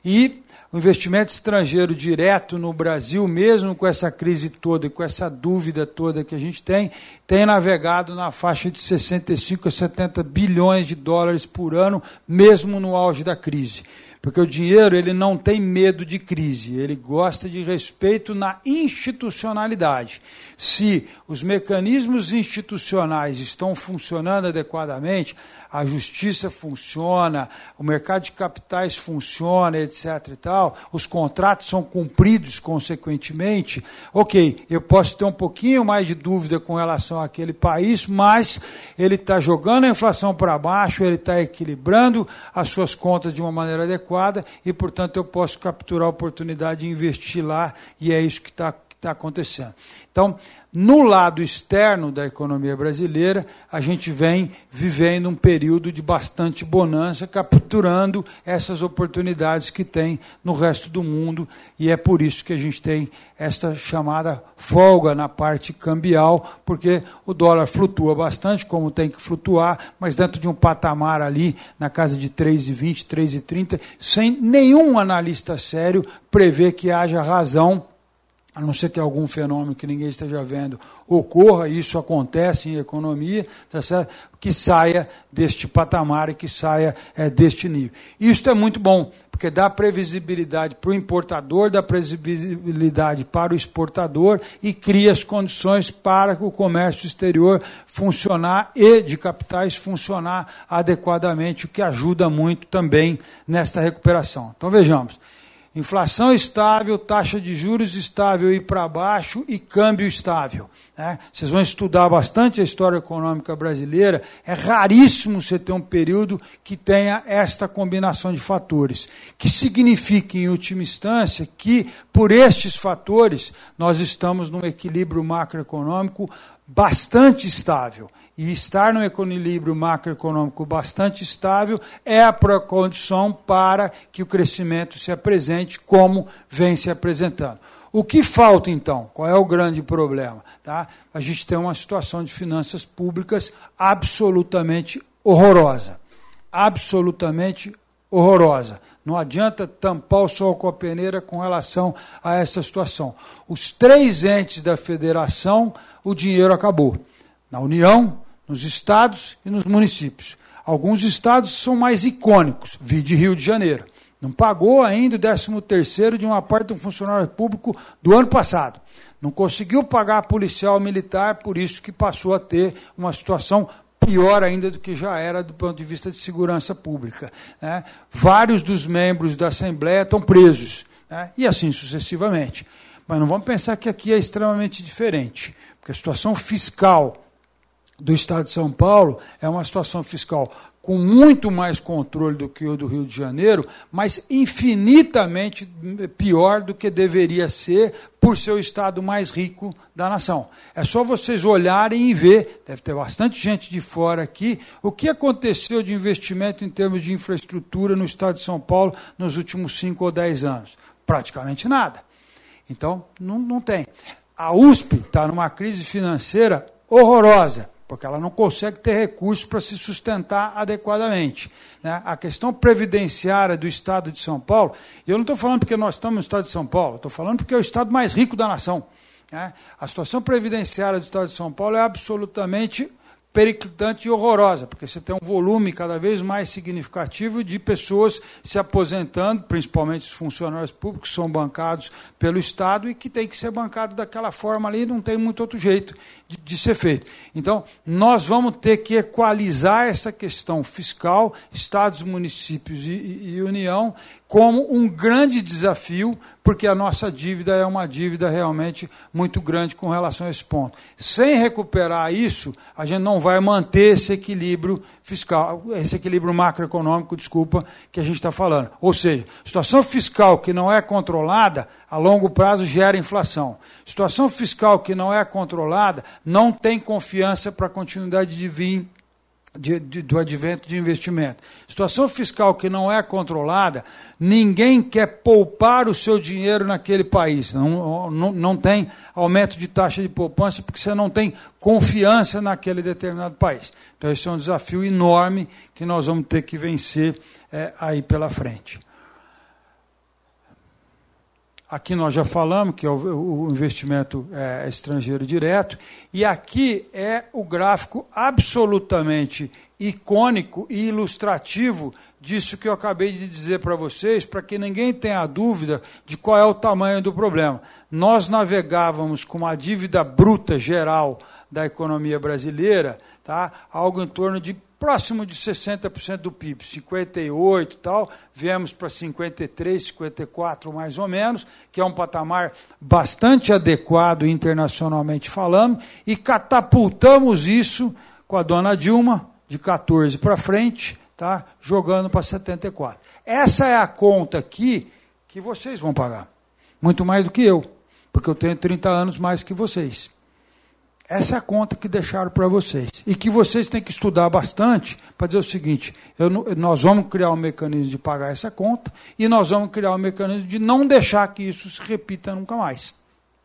E o investimento estrangeiro direto no Brasil, mesmo com essa crise toda e com essa dúvida toda que a gente tem navegado na faixa de 65 a 70 bilhões de dólares por ano, mesmo no auge da crise. Porque o dinheiro ele não tem medo de crise, ele gosta de respeito na institucionalidade. Se os mecanismos institucionais estão funcionando adequadamente, a justiça funciona, o mercado de capitais funciona, etc. e tal, os contratos são cumpridos consequentemente, ok, eu posso ter um pouquinho mais de dúvida com relação àquele país, mas ele está jogando a inflação para baixo, ele está equilibrando as suas contas de uma maneira adequada e, portanto, eu posso capturar a oportunidade de investir lá e é isso que está acontecendo. Então, no lado externo da economia brasileira, a gente vem vivendo um período de bastante bonança, capturando essas oportunidades que tem no resto do mundo, e é por isso que a gente tem esta chamada folga na parte cambial, porque o dólar flutua bastante, como tem que flutuar, mas dentro de um patamar ali, na casa de 3,20, 3,30, sem nenhum analista sério prever que haja razão, a não ser que algum fenômeno que ninguém esteja vendo ocorra, isso acontece em economia, tá certo? Que saia deste patamar e que saia deste nível. Isso é muito bom, porque dá previsibilidade para o importador, dá previsibilidade para o exportador e cria as condições para o comércio exterior funcionar e de capitais funcionar adequadamente, o que ajuda muito também nesta recuperação. Então vejamos. Inflação estável, taxa de juros estável e para baixo e câmbio estável. Né? Vocês vão estudar bastante a história econômica brasileira. É raríssimo você ter um período que tenha esta combinação de fatores, que significa, em última instância, que, por estes fatores, nós estamos num equilíbrio macroeconômico bastante estável. E estar num equilíbrio macroeconômico bastante estável é a condição para que o crescimento se apresente como vem se apresentando. O que falta, então? Qual é o grande problema? Tá? A gente tem uma situação de finanças públicas absolutamente horrorosa. Absolutamente horrorosa. Não adianta tampar o sol com a peneira com relação a essa situação. Os 3 entes da federação, o dinheiro acabou. Na União, nos estados e nos municípios. Alguns estados são mais icônicos, vide Rio de Janeiro. Não pagou ainda o 13º de uma parte do funcionário público do ano passado. Não conseguiu pagar policial militar, por isso que passou a ter uma situação pior ainda do que já era do ponto de vista de segurança pública. Né? Vários dos membros da Assembleia estão presos, né? E assim sucessivamente. Mas não vamos pensar que aqui é extremamente diferente, porque a situação fiscal do Estado de São Paulo é uma situação fiscal com muito mais controle do que o do Rio de Janeiro, mas infinitamente pior do que deveria ser por ser o estado mais rico da nação. É só vocês olharem e ver, deve ter bastante gente de fora aqui, o que aconteceu de investimento em termos de infraestrutura no Estado de São Paulo nos últimos 5 ou 10 anos. Praticamente nada. Então, não tem. A USP está numa crise financeira horrorosa, porque ela não consegue ter recursos para se sustentar adequadamente. Né? A questão previdenciária do Estado de São Paulo, e eu não estou falando porque nós estamos no Estado de São Paulo, estou falando porque é o Estado mais rico da nação. Né? A situação previdenciária do Estado de São Paulo é absolutamente periclitante e horrorosa, porque você tem um volume cada vez mais significativo de pessoas se aposentando, principalmente os funcionários públicos, que são bancados pelo Estado e que tem que ser bancado daquela forma ali, não tem muito outro jeito de ser feito. Então, nós vamos ter que equalizar essa questão fiscal, estados, municípios e União, como um grande desafio, porque a nossa dívida é uma dívida realmente muito grande com relação a esse ponto. Sem recuperar isso, a gente não vai manter esse equilíbrio fiscal, esse equilíbrio macroeconômico, desculpa, que a gente está falando. Ou seja, situação fiscal que não é controlada, a longo prazo gera inflação. Situação fiscal que não é controlada, não tem confiança para a continuidade de vir do advento de investimento. Situação fiscal que não é controlada, ninguém quer poupar o seu dinheiro naquele país. Não tem aumento de taxa de poupança porque você não tem confiança naquele determinado país. Então esse é um desafio enorme que nós vamos ter que vencer aí pela frente. aqui nós já falamos, que é o investimento estrangeiro direto, e aqui é o gráfico absolutamente icônico e ilustrativo disso que eu acabei de dizer para vocês, para que ninguém tenha dúvida de qual é o tamanho do problema. Nós navegávamos com uma dívida bruta geral da economia brasileira, tá? Algo em torno de próximo de 60% do PIB, 58 e tal, viemos para 53, 54 mais ou menos, que é um patamar bastante adequado internacionalmente falando, e catapultamos isso com a dona Dilma, de 14 para frente, tá? Jogando para 74. Essa é a conta aqui que vocês vão pagar, muito mais do que eu, porque eu tenho 30 anos mais que vocês. Essa é a conta que deixaram para vocês. E que vocês têm que estudar bastante para dizer o seguinte, nós vamos criar um mecanismo de pagar essa conta e nós vamos criar um mecanismo de não deixar que isso se repita nunca mais.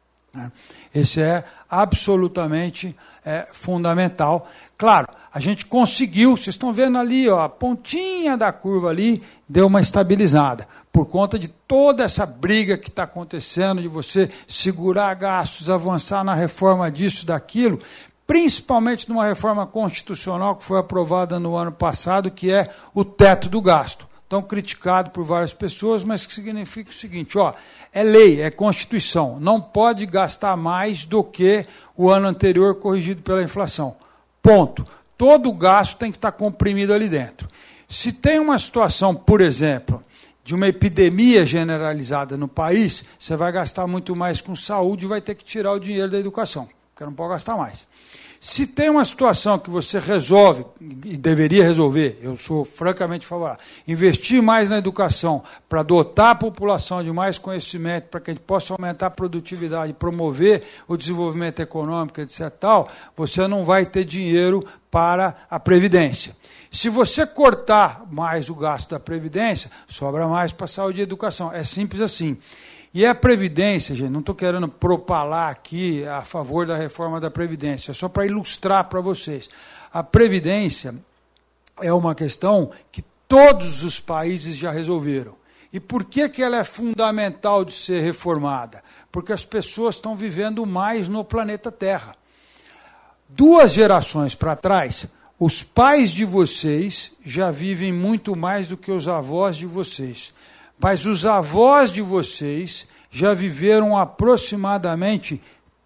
Esse é absolutamente fundamental. Claro, a gente conseguiu, vocês estão vendo ali, ó, a pontinha da curva ali deu uma estabilizada, por conta de toda essa briga que está acontecendo, de você segurar gastos, avançar na reforma disso, daquilo, principalmente numa reforma constitucional que foi aprovada no ano passado, que é o teto do gasto. Tão criticado por várias pessoas, mas que significa o seguinte, ó, é lei, é Constituição, não pode gastar mais do que o ano anterior corrigido pela inflação. Ponto. Todo o gasto tem que estar comprimido ali dentro. Se tem uma situação, por exemplo, de uma epidemia generalizada no país, você vai gastar muito mais com saúde e vai ter que tirar o dinheiro da educação, porque não pode gastar mais. Se tem uma situação que você resolve, e deveria resolver, eu sou francamente favorável, investir mais na educação para dotar a população de mais conhecimento, para que a gente possa aumentar a produtividade, promover o desenvolvimento econômico, etc. Tal, você não vai ter dinheiro para a Previdência. Se você cortar mais o gasto da Previdência, sobra mais para a saúde e educação. É simples assim. E a Previdência, gente, não estou querendo propalar aqui a favor da reforma da Previdência, é só para ilustrar para vocês. A Previdência é uma questão que todos os países já resolveram. E por que ela é fundamental de ser reformada? Porque as pessoas estão vivendo mais no planeta Terra. 2 gerações para trás, os pais de vocês já vivem muito mais do que os avós de vocês. Mas os avós de vocês já viveram aproximadamente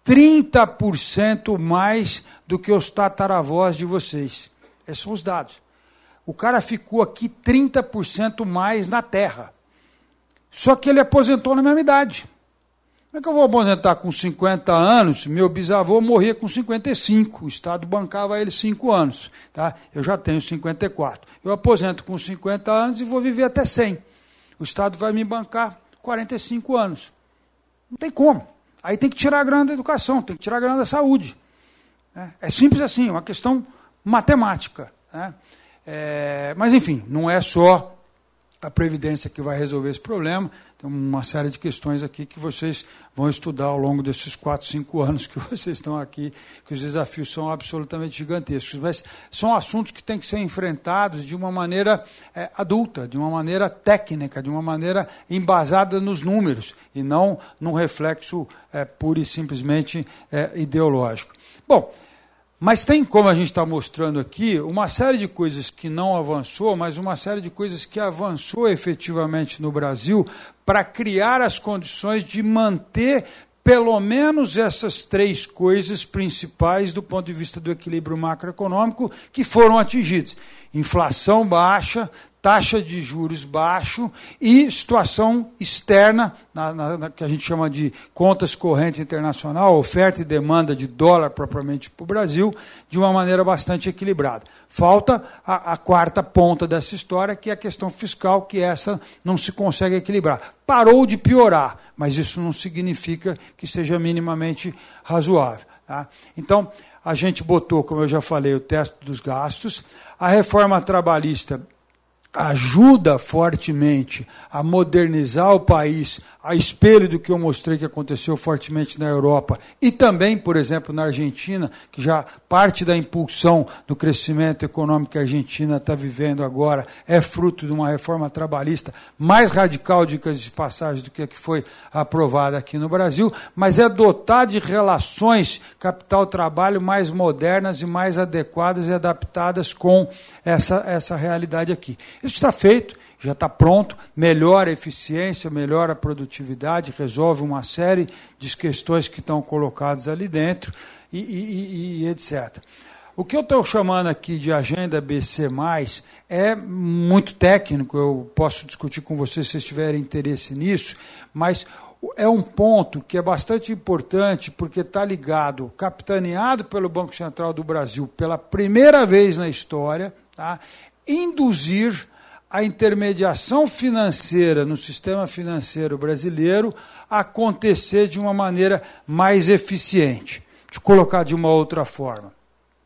30% mais do que os tataravós de vocês. Esses são os dados. O cara ficou aqui 30% mais na Terra. Só que ele aposentou na mesma idade. Como é que eu vou aposentar com 50 anos? Meu bisavô morria com 55. O Estado bancava ele 5 anos. Tá? Eu já tenho 54. Eu aposento com 50 anos e vou viver até 100. O Estado vai me bancar 45 anos. Não tem como. Aí tem que tirar a grana da educação, tem que tirar a grana da saúde. É simples assim, é uma questão matemática. Mas, enfim, não é só a Previdência que vai resolver esse problema. Tem uma série de questões aqui que vocês vão estudar ao longo desses 4, 5 anos que vocês estão aqui, que os desafios são absolutamente gigantescos. Mas são assuntos que têm que ser enfrentados de uma maneira adulta, de uma maneira técnica, de uma maneira embasada nos números, e não num reflexo pura e simplesmente ideológico. Bom, mas tem, como a gente está mostrando aqui, uma série de coisas que não avançou, mas uma série de coisas que avançou efetivamente no Brasil para criar as condições de manter pelo menos essas 3 coisas principais do ponto de vista do equilíbrio macroeconômico que foram atingidas. Inflação baixa, taxa de juros baixo e situação externa, que a gente chama de contas correntes internacional, oferta e demanda de dólar propriamente para o Brasil, de uma maneira bastante equilibrada. Falta a 4ª ponta dessa história, que é a questão fiscal, que essa não se consegue equilibrar. Parou de piorar, mas isso não significa que seja minimamente razoável. Tá? Então, a gente botou, como eu já falei, o teto dos gastos, a reforma trabalhista ajuda fortemente a modernizar o país, a espelho do que eu mostrei que aconteceu fortemente na Europa e também, por exemplo, na Argentina, que já parte da impulsão do crescimento econômico que a Argentina está vivendo agora é fruto de uma reforma trabalhista mais radical, dicas de passagem, do que a que foi aprovada aqui no Brasil, mas é dotar de relações capital-trabalho mais modernas e mais adequadas e adaptadas com essa realidade aqui. Isso está feito, já está pronto, melhora a eficiência, melhora a produtividade, resolve uma série de questões que estão colocadas ali dentro e etc. O que eu estou chamando aqui de agenda BC+, é muito técnico, eu posso discutir com vocês se vocês tiverem interesse nisso, mas é um ponto que é bastante importante porque está ligado, capitaneado pelo Banco Central do Brasil pela primeira vez na história, tá? Induzir a intermediação financeira no sistema financeiro brasileiro a acontecer de uma maneira mais eficiente. Deixa eu colocar de uma outra forma.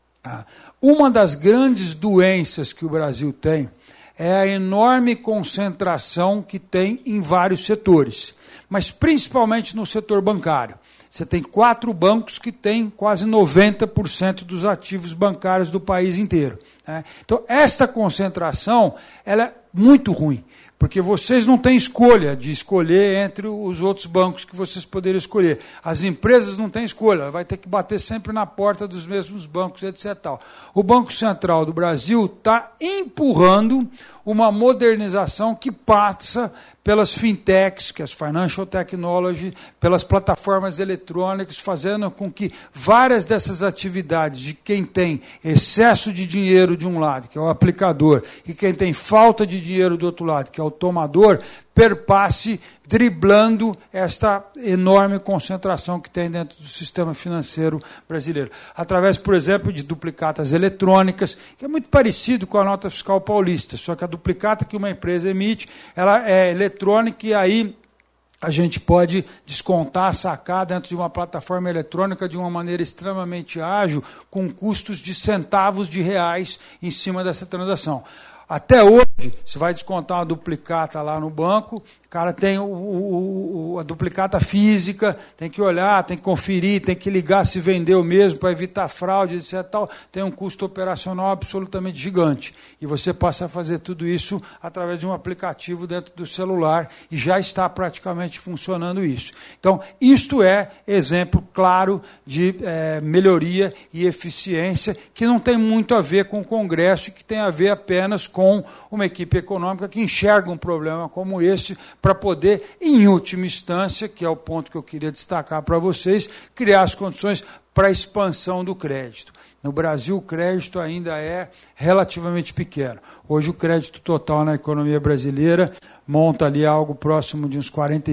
Uma das grandes doenças que o Brasil tem é a enorme concentração que tem em vários setores, mas principalmente no setor bancário. Você tem 4 bancos que têm quase 90% dos ativos bancários do país inteiro. Né? Então, esta concentração ela é muito ruim, porque vocês não têm escolha de escolher entre os outros bancos que vocês poderiam escolher. As empresas não têm escolha, vai ter que bater sempre na porta dos mesmos bancos, etc. O Banco Central do Brasil está empurrando uma modernização que passa pelas fintechs, que é as financial technology, pelas plataformas eletrônicas, fazendo com que várias dessas atividades de quem tem excesso de dinheiro de um lado, que é o aplicador, e quem tem falta de dinheiro do outro lado, que é o tomador, perpasse driblando esta enorme concentração que tem dentro do sistema financeiro brasileiro. Através, por exemplo, de duplicatas eletrônicas, que é muito parecido com a nota fiscal paulista, só que a duplicata que uma empresa emite, ela é eletrônica e aí a gente pode descontar, sacar dentro de uma plataforma eletrônica de uma maneira extremamente ágil, com custos de centavos de reais em cima dessa transação. Até hoje, você vai descontar uma duplicata lá no banco, o cara tem a duplicata física, tem que olhar, tem que conferir, tem que ligar se vendeu mesmo para evitar fraude, etc. Tal. Tem um custo operacional absolutamente gigante. E você passa a fazer tudo isso através de um aplicativo dentro do celular e já está praticamente funcionando isso. Então, isto é exemplo claro de melhoria e eficiência que não tem muito a ver com o Congresso e que tem a ver apenas com uma equipe econômica que enxerga um problema como esse para poder, em última instância, que é o ponto que eu queria destacar para vocês, criar as condições para a expansão do crédito. No Brasil, o crédito ainda é relativamente pequeno. Hoje, o crédito total na economia brasileira monta ali algo próximo de uns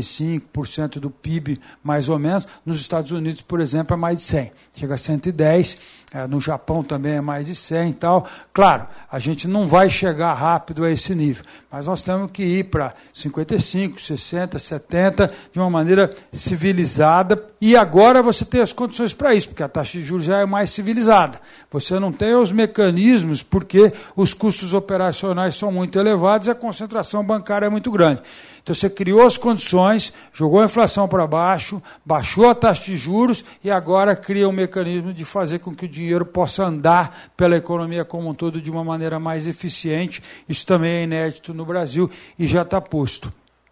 45% do PIB, mais ou menos. Nos Estados Unidos, por exemplo, é mais de 100%. Chega a 110%. No Japão também é mais de 100 e tal. Claro, a gente não vai chegar rápido a esse nível, mas nós temos que ir para 55, 60, 70, de uma maneira civilizada, e agora você tem as condições para isso, porque a taxa de juros já é mais civilizada. Você não tem os mecanismos, porque os custos operacionais são muito elevados e a concentração bancária é muito grande. Então você criou as condições, jogou a inflação para baixo, baixou a taxa de juros e agora cria um mecanismo de fazer com que o dinheiro possa andar pela economia como um todo de uma maneira mais eficiente. Isso também é inédito no Brasil e já está posto.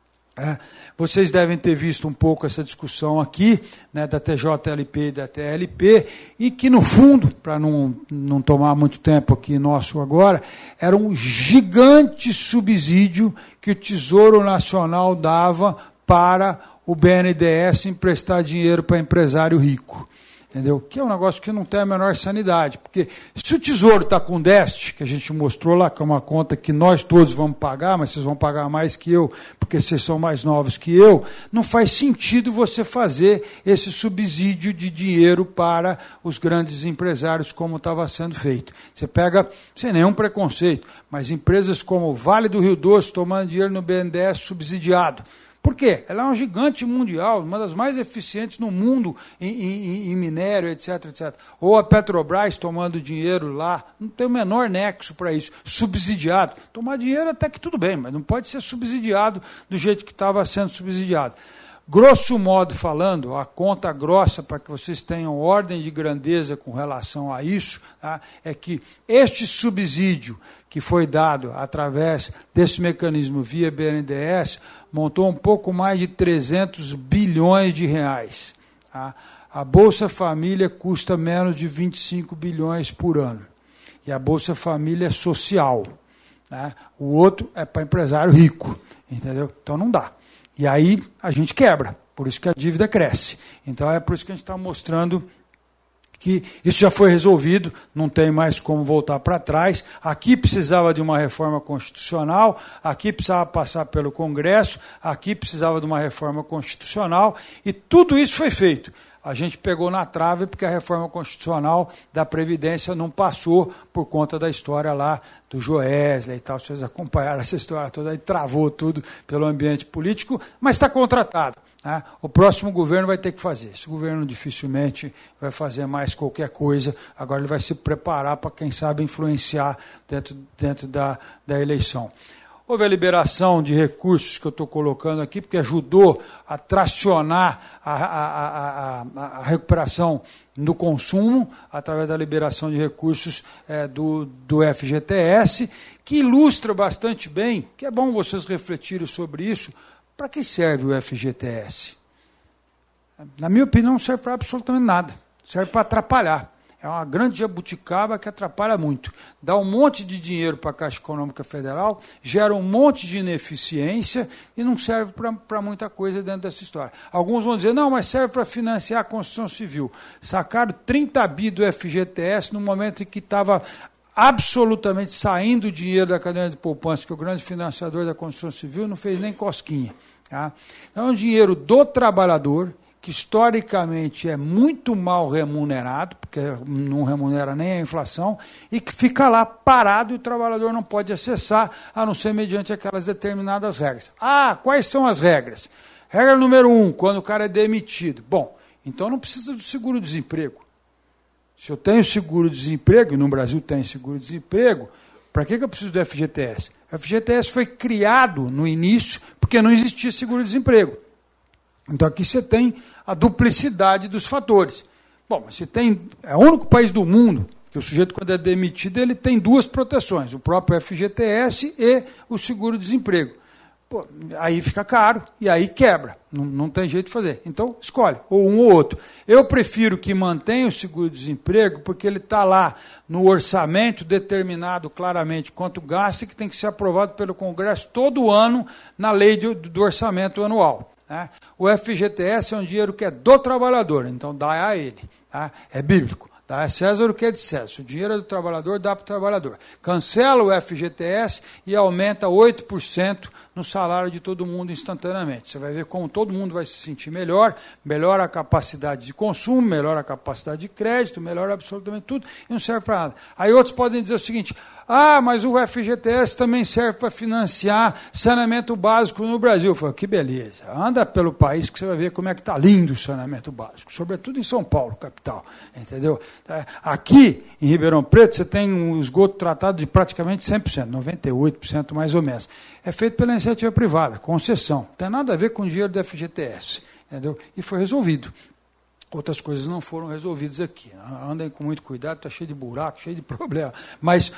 Vocês devem ter visto um pouco essa discussão aqui, né, da TJLP e da TLP, e que, no fundo, para não tomar muito tempo aqui nosso agora, era um gigante subsídio que o Tesouro Nacional dava para o BNDES emprestar dinheiro para empresário rico. Entendeu? Que é um negócio que não tem a menor sanidade, porque se o Tesouro está com déficit, que a gente mostrou lá, que é uma conta que nós todos vamos pagar, mas vocês vão pagar mais que eu, porque vocês são mais novos que eu, não faz sentido você fazer esse subsídio de dinheiro para os grandes empresários como estava sendo feito. Você pega, sem nenhum preconceito, mas empresas como o Vale do Rio Doce tomando dinheiro no BNDES subsidiado, Por quê? Ela é uma gigante mundial, uma das mais eficientes no mundo em minério, etc, etc. Ou a Petrobras tomando dinheiro lá, não tem o menor nexo para isso. Subsidiado. Tomar dinheiro até que tudo bem, mas não pode ser subsidiado do jeito que estava sendo subsidiado. Grosso modo falando, a conta grossa, para que vocês tenham ordem de grandeza com relação a isso, tá, é que este subsídio que foi dado através desse mecanismo via BNDES, montou um pouco mais de 300 bilhões de reais. Tá? A Bolsa Família custa menos de 25 bilhões por ano. E a Bolsa Família é social. Né? O outro é para empresário rico. Entendeu? Então não dá. E aí a gente quebra. Por isso que a dívida cresce. Então é por isso que a gente está mostrando que isso já foi resolvido, não tem mais como voltar para trás. Aqui precisava de uma reforma constitucional, aqui precisava passar pelo Congresso, aqui precisava de uma reforma constitucional, e tudo isso foi feito. A gente pegou na trave porque a reforma constitucional da Previdência não passou por conta da história lá do Joesley e tal. Vocês acompanharam essa história toda, aí travou tudo pelo ambiente político, mas está contratado. Né? O próximo governo vai ter que fazer. Esse governo dificilmente vai fazer mais qualquer coisa. Agora ele vai se preparar para, quem sabe, influenciar dentro da eleição. Houve a liberação de recursos que eu estou colocando aqui, porque ajudou a tracionar a recuperação no consumo, através da liberação de recursos do FGTS, que ilustra bastante bem, que é bom vocês refletirem sobre isso. Para que serve o FGTS? Na minha opinião, não serve para absolutamente nada. Serve para atrapalhar. É uma grande jabuticaba que atrapalha muito. Dá um monte de dinheiro para a Caixa Econômica Federal, gera um monte de ineficiência e não serve para muita coisa dentro dessa história. Alguns vão dizer, não, mas serve para financiar a construção civil. Sacaram 30 bi do FGTS no momento em que estava absolutamente saindo o dinheiro da cadeia de poupança, que o grande financiador da construção civil não fez nem cosquinha. Tá? Então, é um dinheiro do trabalhador, que historicamente é muito mal remunerado, porque não remunera nem a inflação, e que fica lá parado e o trabalhador não pode acessar, a não ser mediante aquelas determinadas regras. Ah, quais são as regras? Regra número 1, quando o cara é demitido. Bom, então não precisa do seguro-desemprego. Se eu tenho seguro-desemprego, e no Brasil tem seguro-desemprego, para que eu preciso do FGTS? O FGTS foi criado no início porque não existia seguro-desemprego. Então aqui você tem a duplicidade dos fatores. Bom, você tem, é o único país do mundo que o sujeito, quando é demitido, ele tem duas proteções, o próprio FGTS e o seguro-desemprego. Pô, aí fica caro e aí quebra, não tem jeito de fazer. Então escolhe, ou um ou outro. Eu prefiro que mantenha o seguro-desemprego, porque ele está lá no orçamento determinado claramente quanto gasta, e que tem que ser aprovado pelo Congresso todo ano na lei do orçamento anual. Né? O FGTS é um dinheiro que é do trabalhador, então dá a ele. Tá? É bíblico. Dá a César o que é de César. O dinheiro é do trabalhador, dá para o trabalhador. Cancela o FGTS e aumenta 8% no salário de todo mundo instantaneamente. Você vai ver como todo mundo vai se sentir melhor, melhora a capacidade de consumo, melhora a capacidade de crédito, melhora absolutamente tudo e não serve para nada. Aí outros podem dizer o seguinte, mas o FGTS também serve para financiar saneamento básico no Brasil. Eu falo, que beleza, anda pelo país que você vai ver como é que está lindo o saneamento básico, sobretudo em São Paulo, capital, entendeu? Aqui, em Ribeirão Preto, você tem um esgoto tratado de praticamente 100%, 98% mais ou menos. É feito pela iniciativa privada, concessão. Não tem nada a ver com o dinheiro do FGTS. Entendeu? E foi resolvido. Outras coisas não foram resolvidas aqui. Andem com muito cuidado, está cheio de buraco, cheio de problema. Mas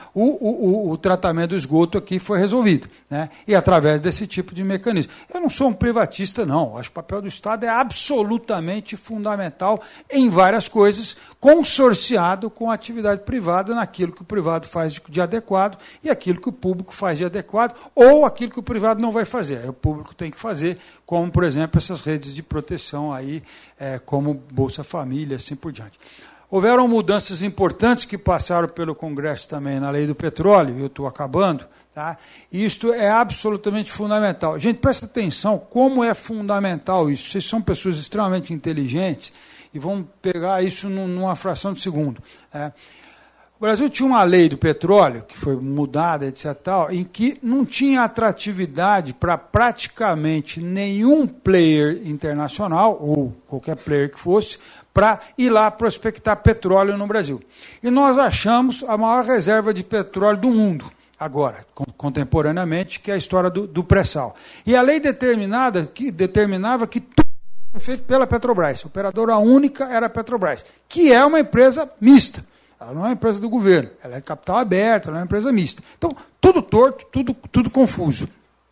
o tratamento do esgoto aqui foi resolvido. Né? E através desse tipo de mecanismo. Eu não sou um privatista, não. Acho que o papel do Estado é absolutamente fundamental em várias coisas, consorciado com a atividade privada naquilo que o privado faz de adequado e aquilo que o público faz de adequado, ou aquilo que o privado não vai fazer. Aí o público tem que fazer, como, por exemplo, essas redes de proteção aí, como Bolsa Família, assim por diante. Houveram mudanças importantes que passaram pelo Congresso também na lei do petróleo, eu estou acabando, tá? E isto é absolutamente fundamental. Gente, presta atenção como é fundamental isso. Vocês são pessoas extremamente inteligentes e vão pegar isso numa fração de segundo. O Brasil tinha uma lei do petróleo, que foi mudada, etc., tal, em que não tinha atratividade para praticamente nenhum player internacional, ou qualquer player que fosse, para ir lá prospectar petróleo no Brasil. E nós achamos a maior reserva de petróleo do mundo, agora, contemporaneamente, que é a história do pré-sal. E a lei determinava que tudo foi feito pela Petrobras. A operadora única era a Petrobras, que é uma empresa mista. Ela não é uma empresa do governo, ela é capital aberto, ela é uma empresa mista. Então, tudo torto, tudo confuso.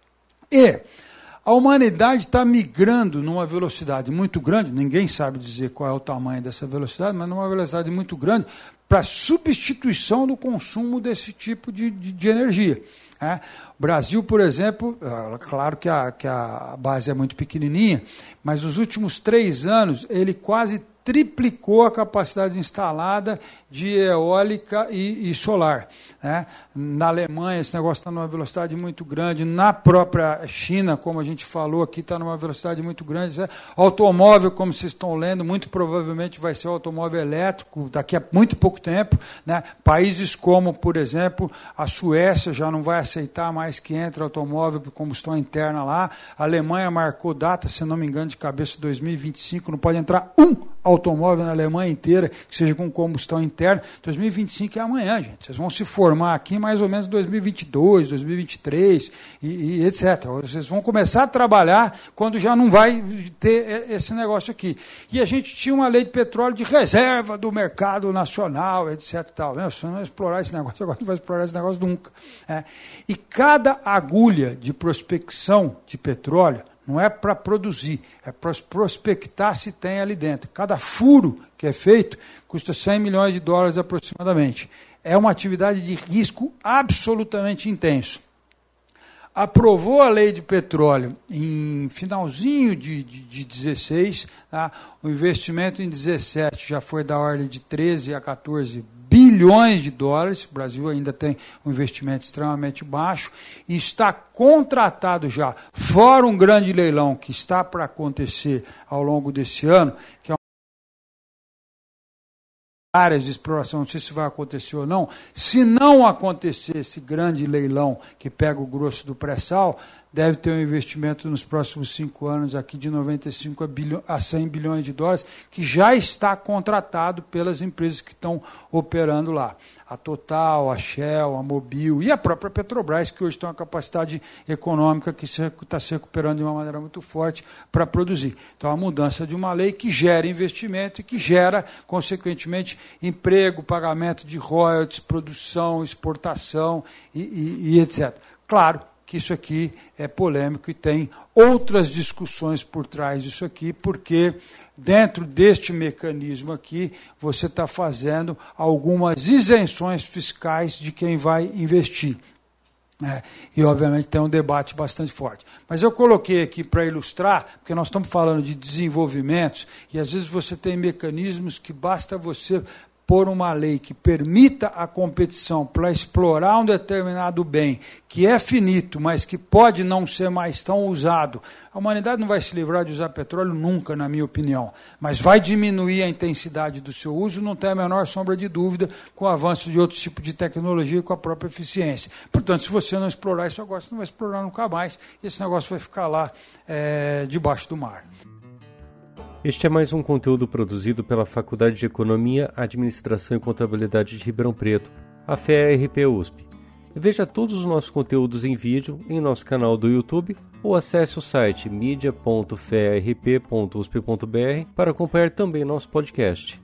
E a humanidade está migrando numa velocidade muito grande, ninguém sabe dizer qual é o tamanho dessa velocidade, mas numa velocidade muito grande, para a substituição do consumo desse tipo de energia. O Brasil, por exemplo, claro que a base é muito pequenininha, mas nos últimos 3 anos ele quase triplicou a capacidade instalada de eólica e solar. Na Alemanha esse negócio está numa velocidade muito grande, na própria China, como a gente falou aqui, está numa velocidade muito grande. Automóvel, como vocês estão lendo, muito provavelmente vai ser automóvel elétrico daqui a muito pouco tempo. Países como, por exemplo, a Suécia já não vai aceitar mais que entre automóvel por combustão interna lá. A Alemanha marcou data, se não me engano, de cabeça 2025, não pode entrar automóvel na Alemanha inteira que seja com combustão interna. 2025 é amanhã, gente. Vocês vão se formar aqui mais ou menos em 2022, 2023 e etc. Vocês vão começar a trabalhar quando já não vai ter esse negócio aqui. E a gente tinha uma lei de petróleo de reserva do mercado nacional, etc. Tal. Se não explorar esse negócio, agora não vai explorar esse negócio nunca. E cada agulha de prospecção de petróleo não é para produzir, é para prospectar se tem ali dentro. Cada furo que é feito custa $100 milhões aproximadamente. É uma atividade de risco absolutamente intenso. Aprovou a lei de petróleo em finalzinho de 16, o investimento em 17 já foi da ordem de 13 a 14 bilhões de dólares, o Brasil ainda tem um investimento extremamente baixo, e está contratado já, fora um grande leilão que está para acontecer ao longo desse ano, que é áreas de exploração, não sei se vai acontecer ou não. Se não acontecer esse grande leilão que pega o grosso do pré-sal, deve ter um investimento nos próximos 5 anos aqui de 95 a 100 bilhões de dólares, que já está contratado pelas empresas que estão operando lá. A Total, a Shell, a Mobil e a própria Petrobras, que hoje tem uma capacidade econômica que está se recuperando de uma maneira muito forte para produzir. Então, a mudança de uma lei que gera investimento e que gera, consequentemente, emprego, pagamento de royalties, produção, exportação e etc. Claro que isso aqui é polêmico e tem outras discussões por trás disso aqui, porque dentro deste mecanismo aqui você está fazendo algumas isenções fiscais de quem vai investir. E, obviamente, tem um debate bastante forte. Mas eu coloquei aqui para ilustrar, porque nós estamos falando de desenvolvimentos, e às vezes você tem mecanismos que basta você pôr uma lei que permita a competição para explorar um determinado bem que é finito, mas que pode não ser mais tão usado. A humanidade não vai se livrar de usar petróleo nunca, na minha opinião, mas vai diminuir a intensidade do seu uso, não tem a menor sombra de dúvida, com o avanço de outros tipos de tecnologia e com a própria eficiência. Portanto, se você não explorar esse negócio, não vai explorar nunca mais, e esse negócio vai ficar lá debaixo do mar. Este é mais um conteúdo produzido pela Faculdade de Economia, Administração e Contabilidade de Ribeirão Preto, a FEA-RP USP. Veja todos os nossos conteúdos em vídeo em nosso canal do YouTube ou acesse o site media.fearp.usp.br para acompanhar também nosso podcast.